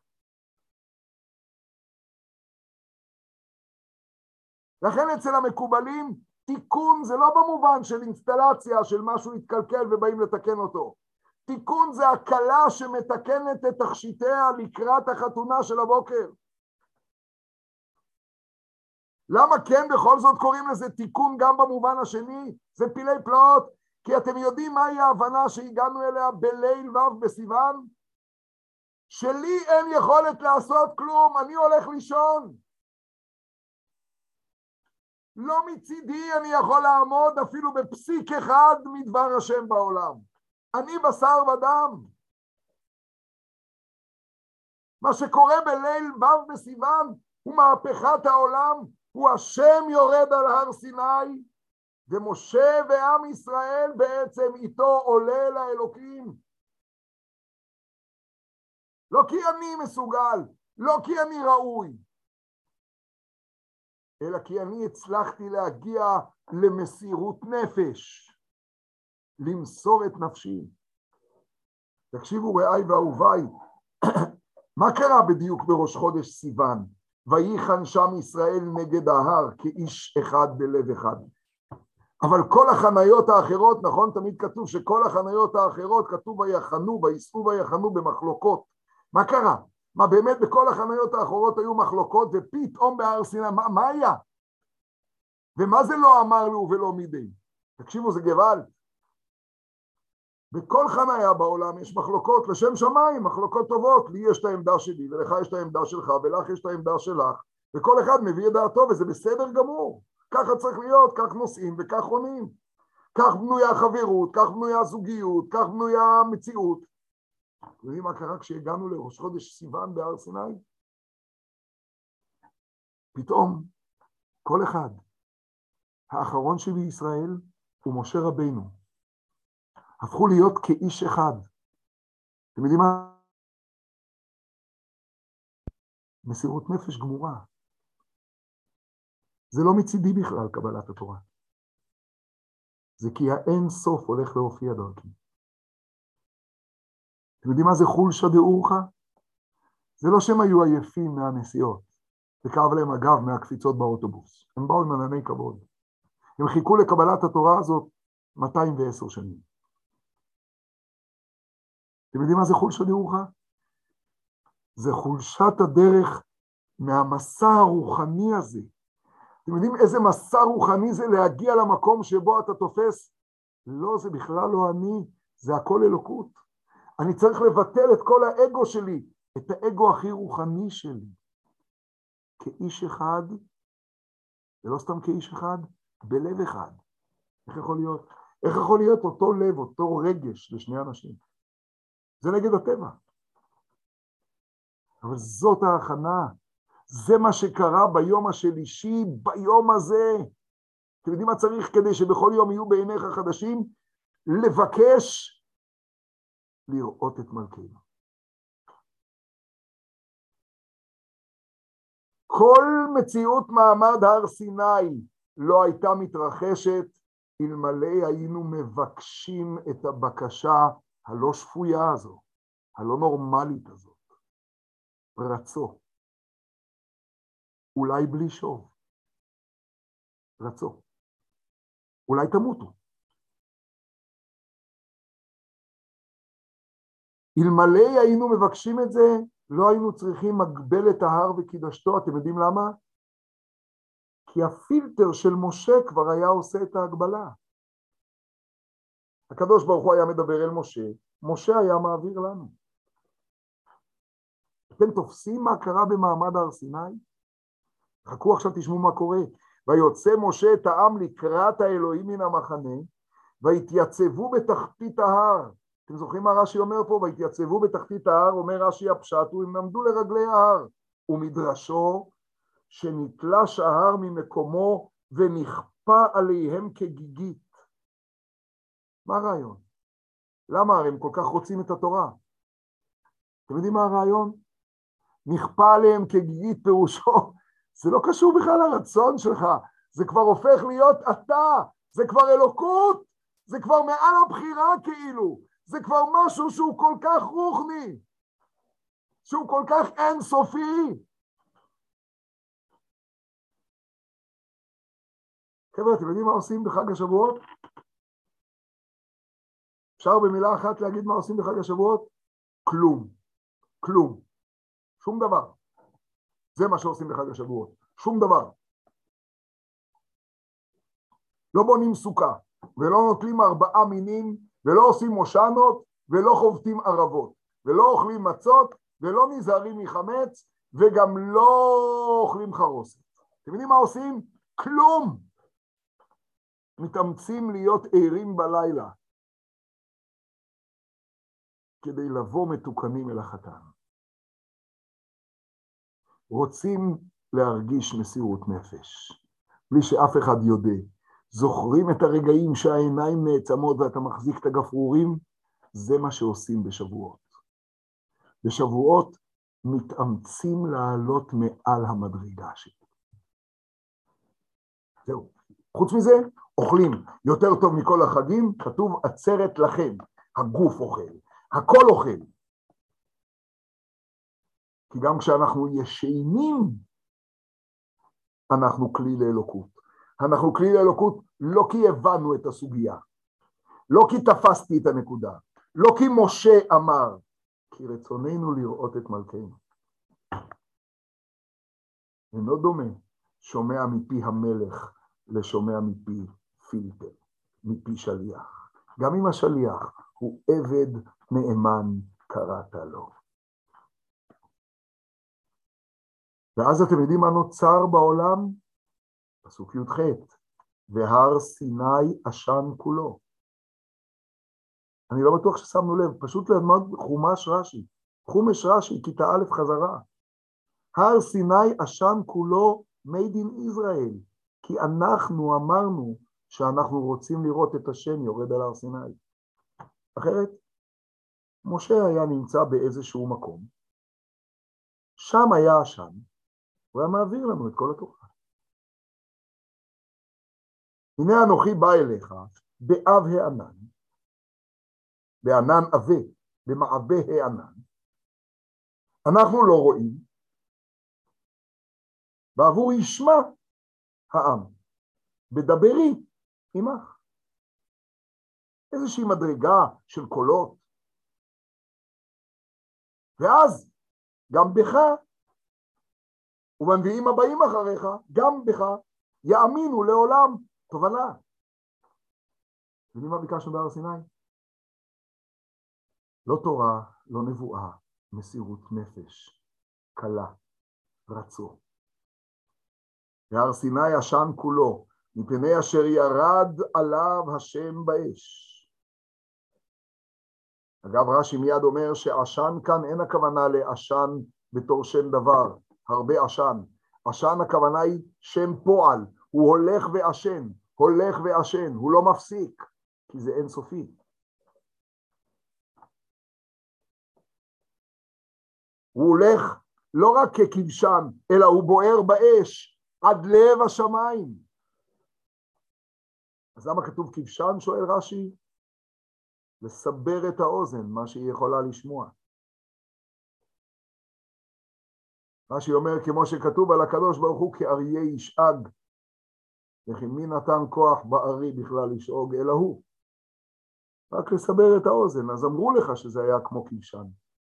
Speaker 1: לכן אצל המקובלים, תיקון זה לא במובן של אינסטלציה, של משהו התקלקל ובאים לתקן אותו. תיקון זה הקלה שמתקנת את תכשיטיה לקראת החתונה של הבוקר. למה כן בכל זאת קוראים לזה תיקון גם במובן השני? זה פילי פלאות, כי אתם יודעים מהי ההבנה שהגענו אליה בליל ו' בסיוון? שלי אין יכולת לעשות כלום, אני הולך לישון. לא מצידי אני יכול לעמוד אפילו בפסיק אחד מדבר השם בעולם. אני בשר ודם. מה שקורה בליל ו' בסיוון הוא מהפכת העולם, הוא השם יורד על הר סיני, ומשה ועם ישראל בעצם איתו עולה לאלוקים. לא כי אני מסוגל, לא כי אני ראוי, אלא כי אני הצלחתי להגיע למסירות נפש, למסור את נפשי. תקשיבו רעי ואהוביי, מה קרה בדיוק בראש חודש סיוון? ויחן שם ישראל נגד ההר כאיש אחד בלב אחד. אבל כל החניות האחרות, נכון, תמיד כתוב שכל החניות האחרות כתוב ויחנו, ויסעו ויחנו במחלוקות. מה קרה? מה באמת בכל החניות האחרות היו מחלוקות, ופתאום בהר סיני, מה, מה היה? ומה זה לא אמר לו ולא מידי? תקשיבו, זה גבל. בכל חניה בעולם יש מחלוקות לשם שמיים, מחלוקות טובות. לי יש את העמדה שלי, ולך יש את העמדה שלך, ולך יש את העמדה שלך, וכל אחד מביא את דעתו, וזה בסדר גמור. ככה צריך להיות, כך נוסעים וכך עונים. כך בנויה חברות, כך בנויה זוגיות, כך בנויה מציאות. אתם יודעים מה קרה כשהגענו לראש חודש סיוון בהר סיני? פתאום כל אחד, האחרון שבישראל הוא משה רבינו, הפכו להיות כאיש אחד. אתם יודעים מה? מסירות נפש גמורה. זה לא מצידי בכלל קבלת התורה. זה כי האין סוף הולך להופיע דרכי. אתם יודעים מה זה חולשה דאורחה? זה לא שהם היו עייפים מהנסיעות, וכאב להם הגב מהקפיצות באוטובוס. הם באו עם ענני כבוד. הם חיכו לקבלת התורה הזאת מאתיים ועשר שנים. אתם יודעים מה זה חולשה דאורחה? זה חולשת הדרך מהמסע הרוחני הזה. אתם יודעים איזה מסע רוחני זה להגיע למקום שבו אתה תופס? לא, זה בכלל לא אני, זה הכל אלוקות. אני צריך לבטל את כל האגו שלי, את האגו הכי רוחני שלי. כאיש אחד, ולא סתם כאיש אחד, בלב אחד. איך יכול להיות? איך יכול להיות אותו לב, אותו רגש לשני אנשים? זה נגד הטבע. אבל זאת ההכנה. זה מה שקרה ביום השלישי, ביום הזה. אתם יודעים מה צריך כדי שבכל יום יהיו בעיניך חדשים? לבקש לראות את מלכנו. כל מציאות מעמד הר סיני לא הייתה מתרחשת אלמלא היינו מבקשים את הבקשה הלא שפויה הזו, הלא נורמלית הזאת. רצו. אולי בלי שוב. רצו. אולי תמותו. אלמלא היינו מבקשים את זה, לא היינו צריכים מגבל את ההר וקידשתו. אתם יודעים למה? כי הפילטר של משה כבר היה עושה את ההגבלה. הקדוש ברוך הוא היה מדבר אל משה, משה היה מעביר לנו. אתם תופסים מה קרה במעמד הר סיני? חכו עכשיו תשמעו מה קורה. ויוצא משה את העם לקראת האלוהים מן המחנה, והתייצבו בתחתית ההר. אתם זוכרים מה רש"י אומר פה? והתייצבו בתחתית ההר, אומר רש"י הפשט, הם נעמדו לרגלי ההר. ומדרשו שנתלש ההר ממקומו ונכפה עליהם כגיגית. מה הרעיון? למה הרי הם כל כך רוצים את התורה? אתם יודעים מה הרעיון? נכפה עליהם כגיגית פירושו, זה לא קשור בכלל לרצון שלך, זה כבר הופך להיות אתה, זה כבר אלוקות, זה כבר מעל הבחירה כאילו, זה כבר משהו שהוא כל כך רוחני, שהוא כל כך אינסופי. חבר'ה, אתם יודעים מה עושים בחג השבועות? אפשר במילה אחת להגיד מה עושים בחג השבועות? כלום. כלום. שום דבר. זה מה שעושים בחג השבועות. שום דבר. לא בונים סוכה, ולא נוטלים ארבעה מינים, ולא עושים מושנות, ולא חובטים ערבות, ולא אוכלים מצות, ולא נזהרים מחמץ, וגם לא אוכלים חרוסת. אתם יודעים מה עושים? כלום. מתאמצים להיות ערים בלילה, כדי לבוא מתוקנים אל החתן. רוצים להרגיש מסירות נפש, בלי שאף אחד יודע. זוכרים את הרגעים שהעיניים נעצמות ואתה מחזיק את הגפרורים? זה מה שעושים בשבועות. בשבועות מתאמצים לעלות מעל המדרגה שלי. זהו. חוץ מזה, אוכלים יותר טוב מכל החגים, כתוב עצרת לכם. הגוף אוכל, הכל אוכל. כי גם כשאנחנו ישנים, אנחנו כלי לאלוקות. אנחנו כלי לאלוקות לא כי הבנו את הסוגיה, לא כי תפסתי את הנקודה, לא כי משה אמר, כי רצוננו לראות את מלכנו. אינו דומה שומע מפי המלך לשומע מפי פילטר, מפי שליח. גם אם השליח הוא עבד נאמן קראת לו. ואז אתם יודעים מה נוצר בעולם? פסוק י"ח, והר סיני עשן כולו. אני לא בטוח ששמנו לב, פשוט ללמוד חומש רש"י, חומש רש"י, כיתה א' חזרה. הר סיני עשן כולו made in Israel, כי אנחנו אמרנו שאנחנו רוצים לראות את השם יורד על הר סיני. אחרת, משה היה נמצא באיזשהו מקום, שם היה עשן, הוא היה מעביר לנו את כל התורה. הנה אנוכי בא אליך, באב הענן, בענן עבה, במעבה הענן, אנחנו לא רואים, בעבור ישמע העם, בדברי עמך. איזושהי מדרגה של קולות, ואז גם בך, ובנביאים הבאים אחריך, גם בך, יאמינו לעולם תובנה. יודעים מה ביקשנו בהר סיני? לא תורה, לא נבואה, מסירות נפש, קלה, רצו. והר סיני עשן כולו, מפני אשר ירד עליו השם באש. אגב, רש"י מיד אומר שעשן כאן אין הכוונה לעשן בתור שם דבר, הרבה עשן. עשן הכוונה היא שם פועל, הוא הולך ועשן, הולך ועשן, הוא לא מפסיק, כי זה אינסופי. הוא הולך לא רק ככבשן, אלא הוא בוער באש עד לב השמיים. אז למה כתוב כבשן, שואל רש"י? לסבר את האוזן, מה שהיא יכולה לשמוע. רש"י אומר, כמו שכתוב על הקדוש ברוך הוא, כאריה ישאג. וכי מי נתן כוח בארי בכלל לשאוג אלא הוא? רק לסבר את האוזן, אז אמרו לך שזה היה כמו כבשן.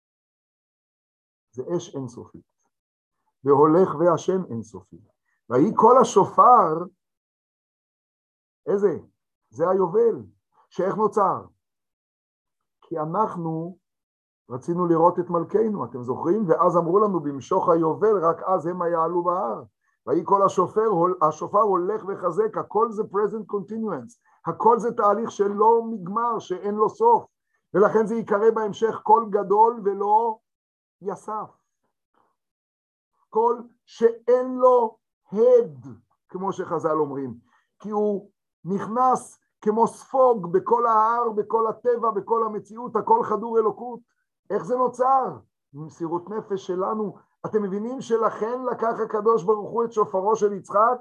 Speaker 1: זה אש אינסופית, והולך והשם אינסופי. והיא כל השופר, איזה? זה היובל, שאיך נוצר? כי אנחנו רצינו לראות את מלכנו, אתם זוכרים? ואז אמרו לנו במשוך היובל, רק אז הם יעלו בהר. והיא כל השופר, השופר הולך וחזק, הכל זה present continuance, הכל זה תהליך שלא נגמר, שאין לו סוף, ולכן זה יקרא בהמשך קול גדול ולא יסף. קול שאין לו הד, כמו שחז"ל אומרים, כי הוא נכנס כמו ספוג בכל ההר, בכל הטבע, בכל המציאות, הכל חדור אלוקות. איך זה נוצר? במסירות נפש שלנו. אתם מבינים שלכן לקח הקדוש ברוך הוא את שופרו של יצחק?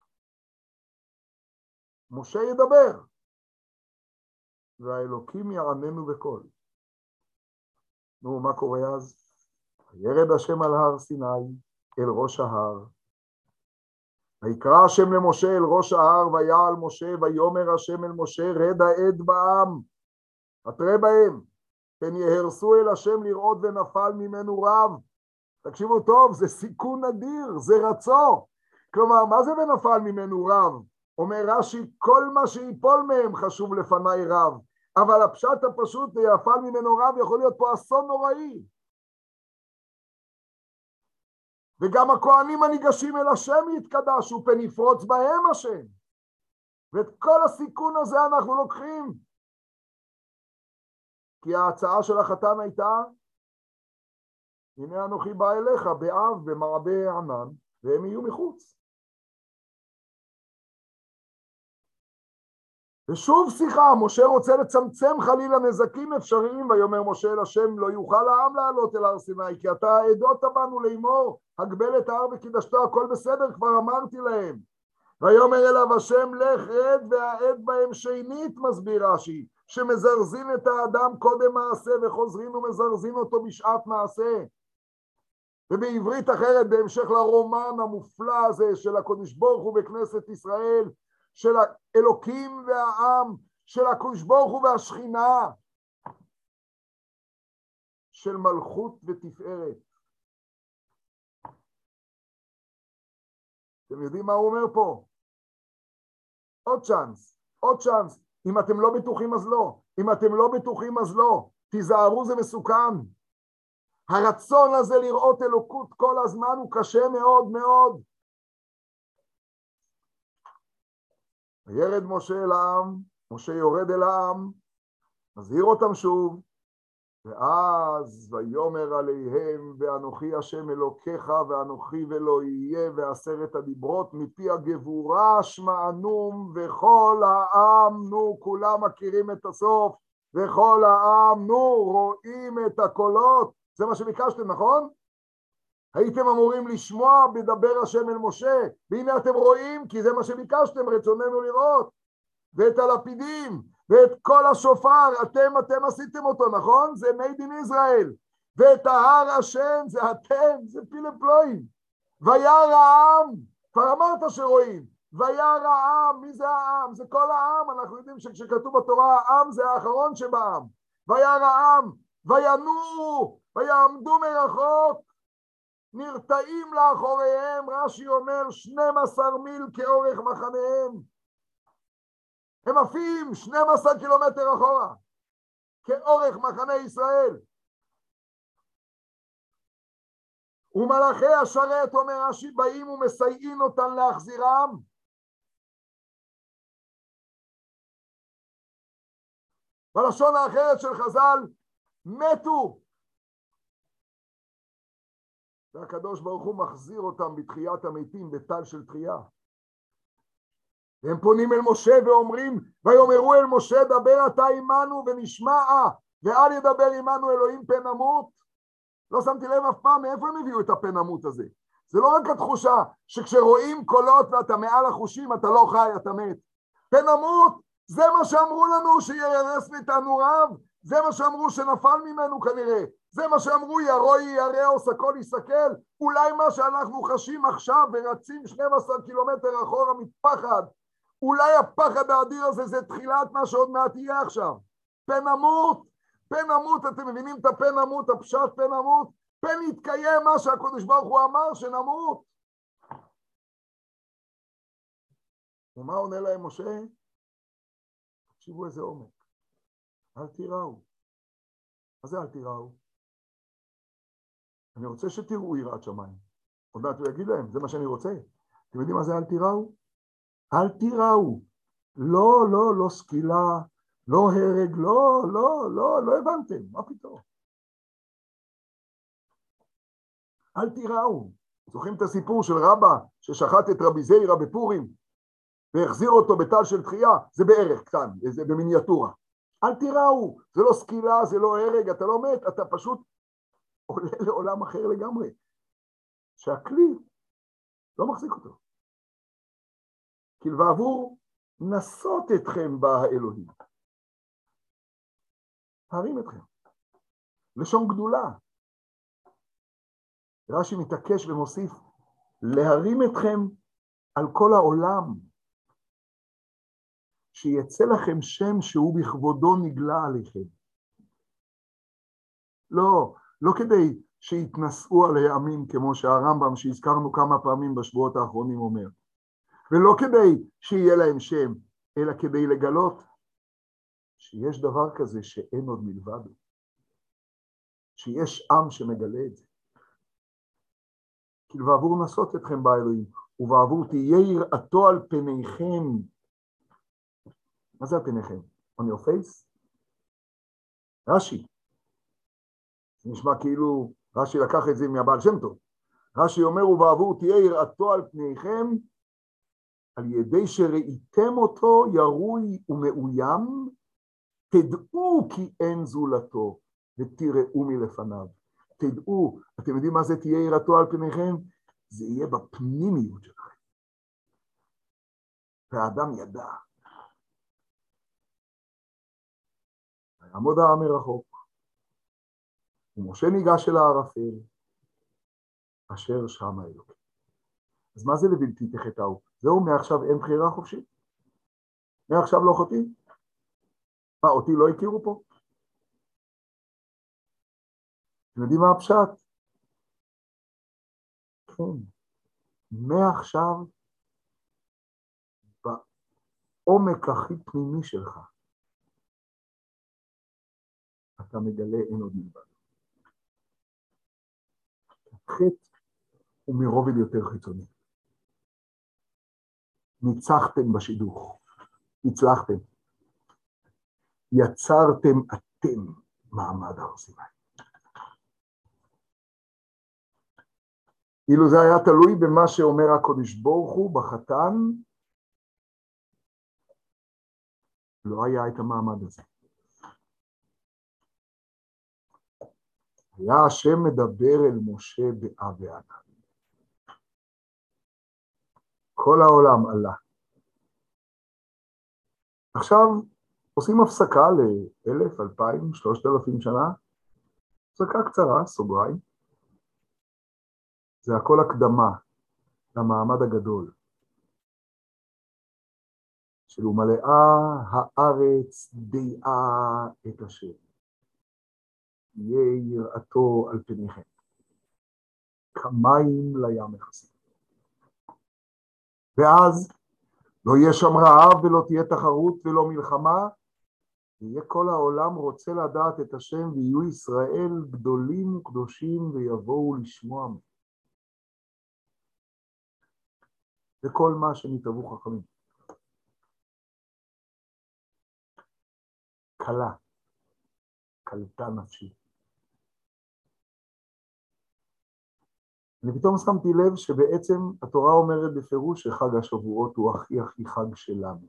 Speaker 1: משה ידבר, והאלוקים יעננו בקול. נו, מה קורה אז? ירד השם על הר סיני, אל ראש ההר. ויקרא השם למשה אל ראש ההר, ויעל משה, ויאמר השם אל משה, רד העד בעם, התראה בהם, פן יהרסו אל השם לראות ונפל ממנו רב. תקשיבו טוב, זה סיכון אדיר, זה רצו. כלומר, מה זה ונפל ממנו רב? אומר רש"י, כל מה שיפול מהם חשוב לפני רב, אבל הפשט הפשוט ויפל ממנו רב יכול להיות פה אסון נוראי. וגם הכהנים הניגשים אל השם יתקדשו, פן יפרוץ בהם השם. ואת כל הסיכון הזה אנחנו לוקחים. כי ההצעה של החתן הייתה, הנה אנוכי בא אליך באב, במעבה ענן, והם יהיו מחוץ. ושוב שיחה, משה רוצה לצמצם חלילה נזקים אפשריים, ויאמר משה אל השם, לא יוכל העם לעלות אל הר סיני, כי אתה העדות בנו לאמור, הגבל את ההר וקידשתו, הכל בסדר, כבר אמרתי להם. ויאמר אליו השם, לך רד והעד בהם שנית, מסביר רש"י, שמזרזין את האדם קודם מעשה, וחוזרין ומזרזין אותו בשעת מעשה. ובעברית אחרת, בהמשך לרומן המופלא הזה של הקדוש ברוך הוא בכנסת ישראל, של האלוקים והעם, של הקדוש ברוך הוא והשכינה, של מלכות ותפארת. אתם יודעים מה הוא אומר פה? עוד צ'אנס, עוד צ'אנס. אם אתם לא בטוחים אז לא, אם אתם לא בטוחים אז לא, תיזהרו, זה מסוכן. הרצון הזה לראות אלוקות כל הזמן הוא קשה מאוד מאוד. וירד משה אל העם, משה יורד אל העם, מזהיר אותם שוב, ואז ויאמר עליהם, ואנוכי השם אלוקיך, ואנוכי ולא יהיה, ועשרת הדיברות מפי הגבורה שמענום, וכל העם, נו, כולם מכירים את הסוף, וכל העם, נו, רואים את הקולות, זה מה שביקשתם, נכון? הייתם אמורים לשמוע בדבר השם אל משה, והנה אתם רואים, כי זה מה שביקשתם, רצוננו לראות, ואת הלפידים, ואת כל השופר, אתם, אתם עשיתם אותו, נכון? זה made in Israel. ואת ההר השם, זה אתם, זה פילה פלואים. וירא העם, כבר אמרת שרואים, וירא העם, מי זה העם? זה כל העם, אנחנו יודעים שכשכתוב בתורה, העם זה האחרון שבעם. וירא העם, וינועו, ויעמדו מרחוק, נרתעים לאחוריהם, רש"י אומר, שנים עשר מיל כאורך מחניהם. הם עפים שנים עשר קילומטר אחורה, כאורך מחנה ישראל. ומלאכי השרת, אומר רש"י, באים ומסייעים אותן להחזירם. בלשון האחרת של חז"ל, מתו. והקדוש ברוך הוא מחזיר אותם בתחיית המתים, בטל של תחייה. והם פונים אל משה ואומרים, ויאמרו אל משה, דבר אתה עמנו ונשמע, ואל ידבר עמנו אלוהים פן נמות. לא שמתי לב אף פעם מאיפה הם הביאו את הפן נמות הזה. זה לא רק התחושה שכשרואים קולות ואתה מעל החושים, אתה לא חי, אתה מת. פן נמות, זה מה שאמרו לנו שירס מאיתנו רב, זה מה שאמרו שנפל ממנו כנראה, זה מה שאמרו ירוי ירעוס הכל יסכל, אולי מה שאנחנו חשים עכשיו ורצים שנים עשר קילומטר אחורה מפחד, אולי הפחד האדיר הזה זה תחילת מה שעוד מעט יהיה עכשיו. פן נמות, פן נמות, אתם מבינים את הפן נמות, הפשט פן נמות, פן יתקיים מה שהקדוש ברוך הוא אמר שנמות. ומה עונה להם משה? תקשיבו איזה עומק. אל תיראו. מה זה אל תיראו? אני רוצה שתראו יראת שמיים. עוד מעט הוא יגיד להם, זה מה שאני רוצה. אתם יודעים מה זה אל תיראו? אל תיראו. לא, לא, לא סקילה, לא הרג, לא, לא, לא, לא הבנתם. מה פתאום? אל תיראו. זוכרים את הסיפור של רבא ששחט את רבי זיירה בפורים והחזיר אותו בטל של תחייה? זה בערך קטן, זה במיניאטורה. אל תיראו, זה לא סקילה, זה לא הרג, אתה לא מת, אתה פשוט עולה לעולם אחר לגמרי. שהכלי לא מחזיק אותו. כי לבעבור נסות אתכם באלוהים. להרים אתכם. לשון גדולה. רש"י מתעקש ומוסיף, להרים אתכם על כל העולם. שיצא לכם שם שהוא בכבודו נגלה עליכם. לא, לא כדי שיתנסו על העמים כמו שהרמב"ם שהזכרנו כמה פעמים בשבועות האחרונים אומר. ולא כדי שיהיה להם שם, אלא כדי לגלות שיש דבר כזה שאין עוד מלבד. שיש עם שמגלה את זה. כי לבעבור נסות אתכם באלוהים, ובעבור תהיה יראתו על פניכם. מה זה על פניכם? on your face? רש"י. זה נשמע כאילו רש"י לקח את זה מהבעל שם טוב. רש"י אומר, ובעבור תהיה יראתו על פניכם, על ידי שראיתם אותו ירוי ומאוים, תדעו כי אין זולתו, ותראו מלפניו. תדעו, אתם יודעים מה זה תהיה יראתו על פניכם? זה יהיה בפנימיות שלכם. והאדם ידע. עמוד העם מרחוק, ומשה ניגש אל הערפל, אשר שם האלוקים. אז מה זה לבלתי תחטאו? זהו, מעכשיו אין בחירה חופשית? מעכשיו לא חוטאים? מה, אותי לא הכירו פה? אתם יודעים מה הפשט? כן, מעכשיו, בעומק הכי פנימי שלך, אתה מגלה אין עוד מלבד. חטא הוא מרובד יותר חיצוני. ניצחתם בשידוך, הצלחתם. יצרתם אתם מעמד הר סיני. אילו זה היה תלוי במה שאומר הקדוש ברוך הוא בחתן, לא היה את המעמד הזה. היה השם מדבר אל משה באה וענן. כל העולם עלה. עכשיו עושים הפסקה לאלף, אלפיים, שלושת אלפים שנה, הפסקה קצרה, סוגריים. זה הכל הקדמה למעמד הגדול. של ומלאה הארץ דעה את השם. יהיה יראתו על פניכם. כמים לים מכסים. ואז לא יהיה שם רעב ולא תהיה תחרות ולא מלחמה, ויהיה כל העולם רוצה לדעת את השם, ויהיו ישראל גדולים וקדושים ויבואו לשמוע. זה כל מה שנתאבו חכמים. קלה, קלטה נפשי. אני פתאום שמתי לב שבעצם התורה אומרת בפירוש שחג השבועות הוא הכי הכי חג שלנו.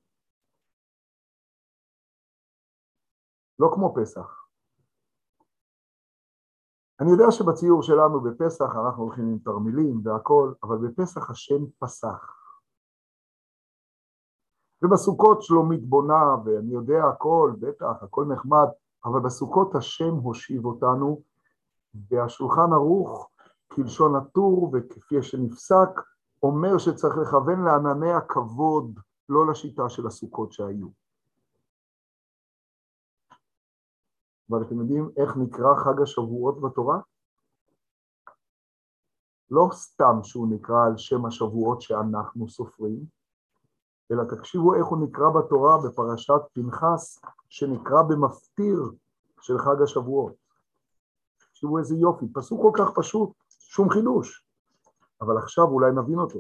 Speaker 1: לא כמו פסח. אני יודע שבציור שלנו בפסח אנחנו הולכים עם תרמילים והכל, אבל בפסח השם פסח. ובסוכות שלומית בונה, ואני יודע הכל, בטח, הכל נחמד, אבל בסוכות השם הושיב אותנו, והשולחן ערוך, כלשון הטור וכפי שנפסק, אומר שצריך לכוון לענני הכבוד, לא לשיטה של הסוכות שהיו. אבל אתם יודעים איך נקרא חג השבועות בתורה? לא סתם שהוא נקרא על שם השבועות שאנחנו סופרים, אלא תקשיבו איך הוא נקרא בתורה בפרשת פנחס, שנקרא במפטיר של חג השבועות. תקשיבו איזה יופי, פסוק כל כך פשוט, שום חידוש, אבל עכשיו אולי נבין אותו.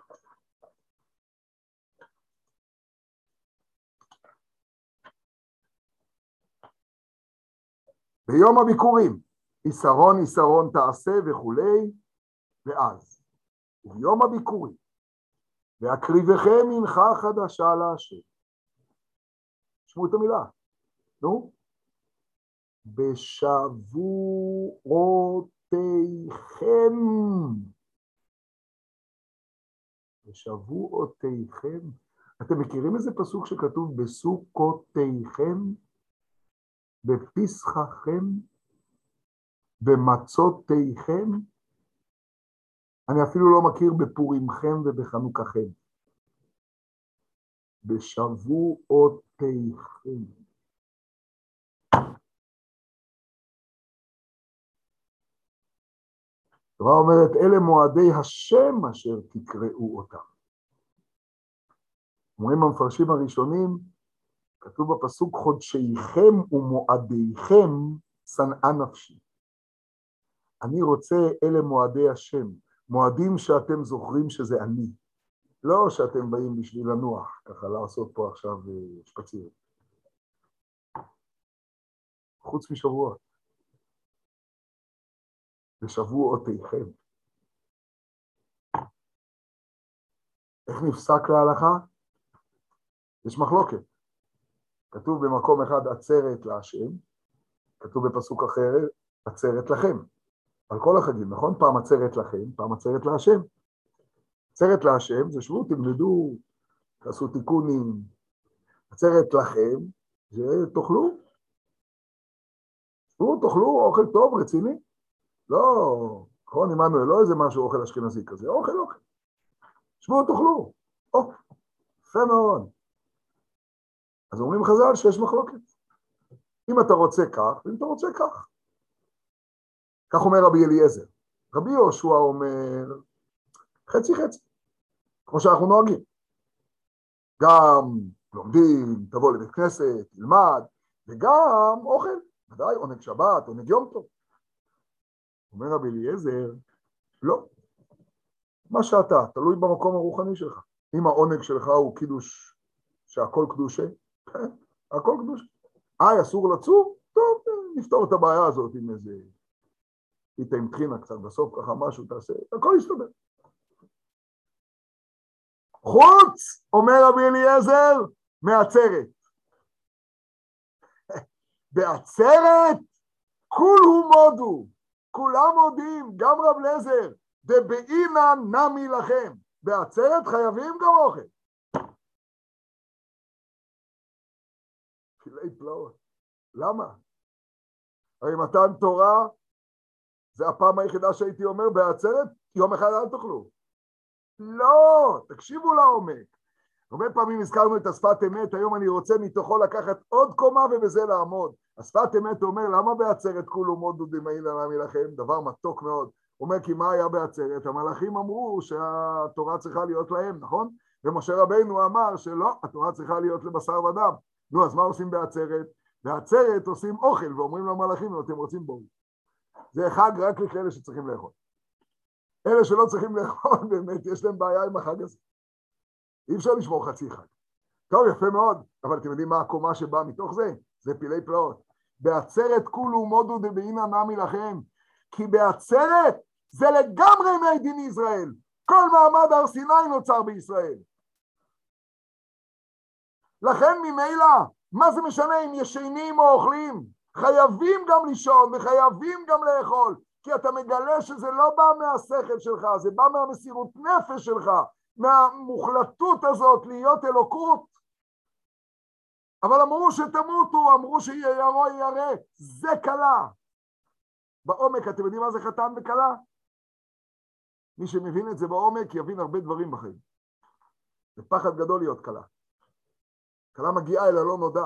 Speaker 1: ביום הביקורים, יסרון יסרון תעשה וכולי, ואז, ביום הביקורים, והקריבכם מנחה חדשה להשם. שמעו את המילה, נו? בשבועותיכם. בשבועותיכם. אתם מכירים איזה פסוק שכתוב בסוכותיכם? בפסחכם? במצותיכם? אני אפילו לא מכיר בפורימכם ובחנוככם. בשבועותיכם. התורה אומרת, אלה מועדי השם אשר תקראו אותם. אומרים המפרשים הראשונים, כתוב בפסוק, חודשייכם ומועדיכם שנאה נפשי. אני רוצה אלה מועדי השם, מועדים שאתם זוכרים שזה אני. לא שאתם באים בשביל לנוח, ככה לעשות פה עכשיו שפציר. חוץ משבועות. בשבועותיכם. איך נפסק להלכה? יש מחלוקת. כתוב במקום אחד עצרת להשם, כתוב בפסוק אחר עצרת לכם. על כל החגים, נכון? פעם עצרת לכם, פעם עצרת להשם. עצרת להשם זה שבו, תלמדו, תעשו תיקונים. עצרת לכם, זה תאכלו. שבו, תאכלו אוכל טוב, רציני. לא, נכון, עמנואל, לא איזה משהו אוכל אשכנזי כזה, אוכל, אוכל. שבו, תאכלו. או, יפה מאוד. אז אומרים חז"ל שיש מחלוקת. אם אתה רוצה כך, ואם אתה רוצה כך. כך אומר רבי אליעזר. רבי יהושע אומר, חצי חצי, כמו שאנחנו נוהגים. גם לומדים, תבוא לבית כנסת, תלמד, וגם אוכל, ודאי, עונג שבת, עונג יום טוב. אומר רבי אליעזר, לא. מה שאתה, תלוי במקום הרוחני שלך. אם העונג שלך הוא קידוש שהכל קדושה, הכל קדושה. אה, אסור לצום? טוב, נפתור את הבעיה הזאת עם איזה... איתה עם תחינה קצת, בסוף ככה משהו תעשה, הכל יסתדר. חוץ, אומר רבי אליעזר, מעצרת. בעצרת, כולו מודו, כולם מודים, גם רב אליעזר, דבעינן נמי לכם. בעצרת חייבים גם אוכל. פלאי פלאות. למה? הרי מתן תורה, זה הפעם היחידה שהייתי אומר בעצרת, יום אחד אל תאכלו. לא, תקשיבו לעומק. הרבה פעמים הזכרנו את השפת אמת, היום אני רוצה מתוכו לקחת עוד קומה ובזה לעמוד. השפת אמת אומר, למה בעצרת כולו מודו דמעינן נמי לכם? דבר מתוק מאוד. אומר, כי מה היה בעצרת? המלאכים אמרו שהתורה צריכה להיות להם, נכון? ומשה רבינו אמר שלא, התורה צריכה להיות לבשר ודם. נו, אז מה עושים בעצרת? בעצרת עושים אוכל ואומרים למלאכים, אתם רוצים בואו. זה חג רק לכאלה שצריכים לאכול. אלה שלא צריכים לאכול, באמת, יש להם בעיה עם החג הזה. אי אפשר לשמור חצי חג. טוב, יפה מאוד, אבל אתם יודעים מה הקומה שבאה מתוך זה? זה פילי פלאות. בעצרת כולו מודו דבעינן נמי לכם, כי בעצרת זה לגמרי מי דין ישראל. כל מעמד הר סיני נוצר בישראל. לכן ממילא, מה זה משנה אם ישנים או אוכלים? חייבים גם לישון וחייבים גם לאכול, כי אתה מגלה שזה לא בא מהשכל שלך, זה בא מהמסירות נפש שלך, מהמוחלטות הזאת להיות אלוקות. אבל אמרו שתמותו, אמרו שירא ירא, זה קלה. בעומק, אתם יודעים מה זה חתן וקלה? מי שמבין את זה בעומק יבין הרבה דברים בחיים. זה פחד גדול להיות קלה. קלה מגיעה אל הלא נודע.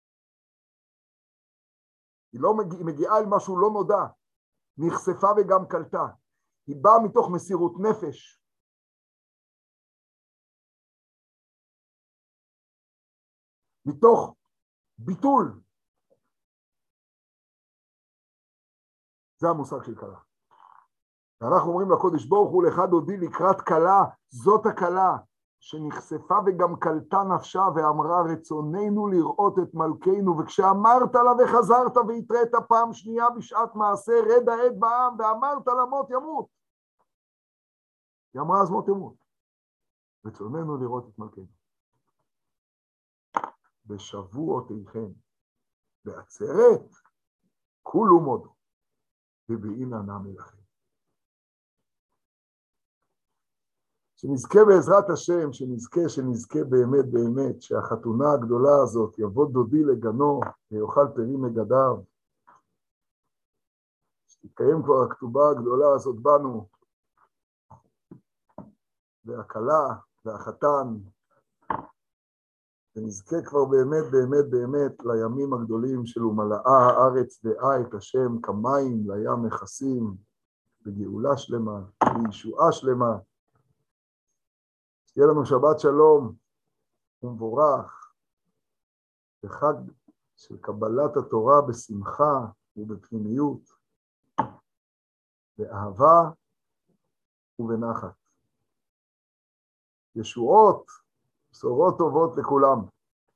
Speaker 1: היא, לא מגיע, היא מגיעה אל משהו לא נודע. נחשפה וגם קלטה. היא באה מתוך מסירות נפש. מתוך ביטול. זה המושג של קלה. ואנחנו אומרים לקודש ברוך הוא, לך דודי לקראת קלה, זאת הקלה, שנחשפה וגם קלטה נפשה ואמרה רצוננו לראות את מלכנו, וכשאמרת לה וחזרת והתראת פעם שנייה בשעת מעשה, רד העד בעם, ואמרת לה מות ימות. היא אמרה אז מות ימות. רצוננו לראות את מלכנו. בשבועותיכם, בעצרת, כולו מודו, דבעינן נמי לכם. שנזכה בעזרת השם, שנזכה, שנזכה באמת באמת, שהחתונה הגדולה הזאת יבוא דודי לגנו ויאכל פרי מגדיו. שתתקיים כבר הכתובה הגדולה הזאת בנו, והכלה והחתן, ונזכה כבר באמת באמת באמת לימים הגדולים של ומלאה הארץ דעה את השם כמים לים מכסים, בגאולה שלמה, בישועה שלמה. שתהיה לנו שבת שלום ומבורך, בחג של קבלת התורה בשמחה ובפנימיות, באהבה ובנחת. ישועות, בשורות טובות לכולם.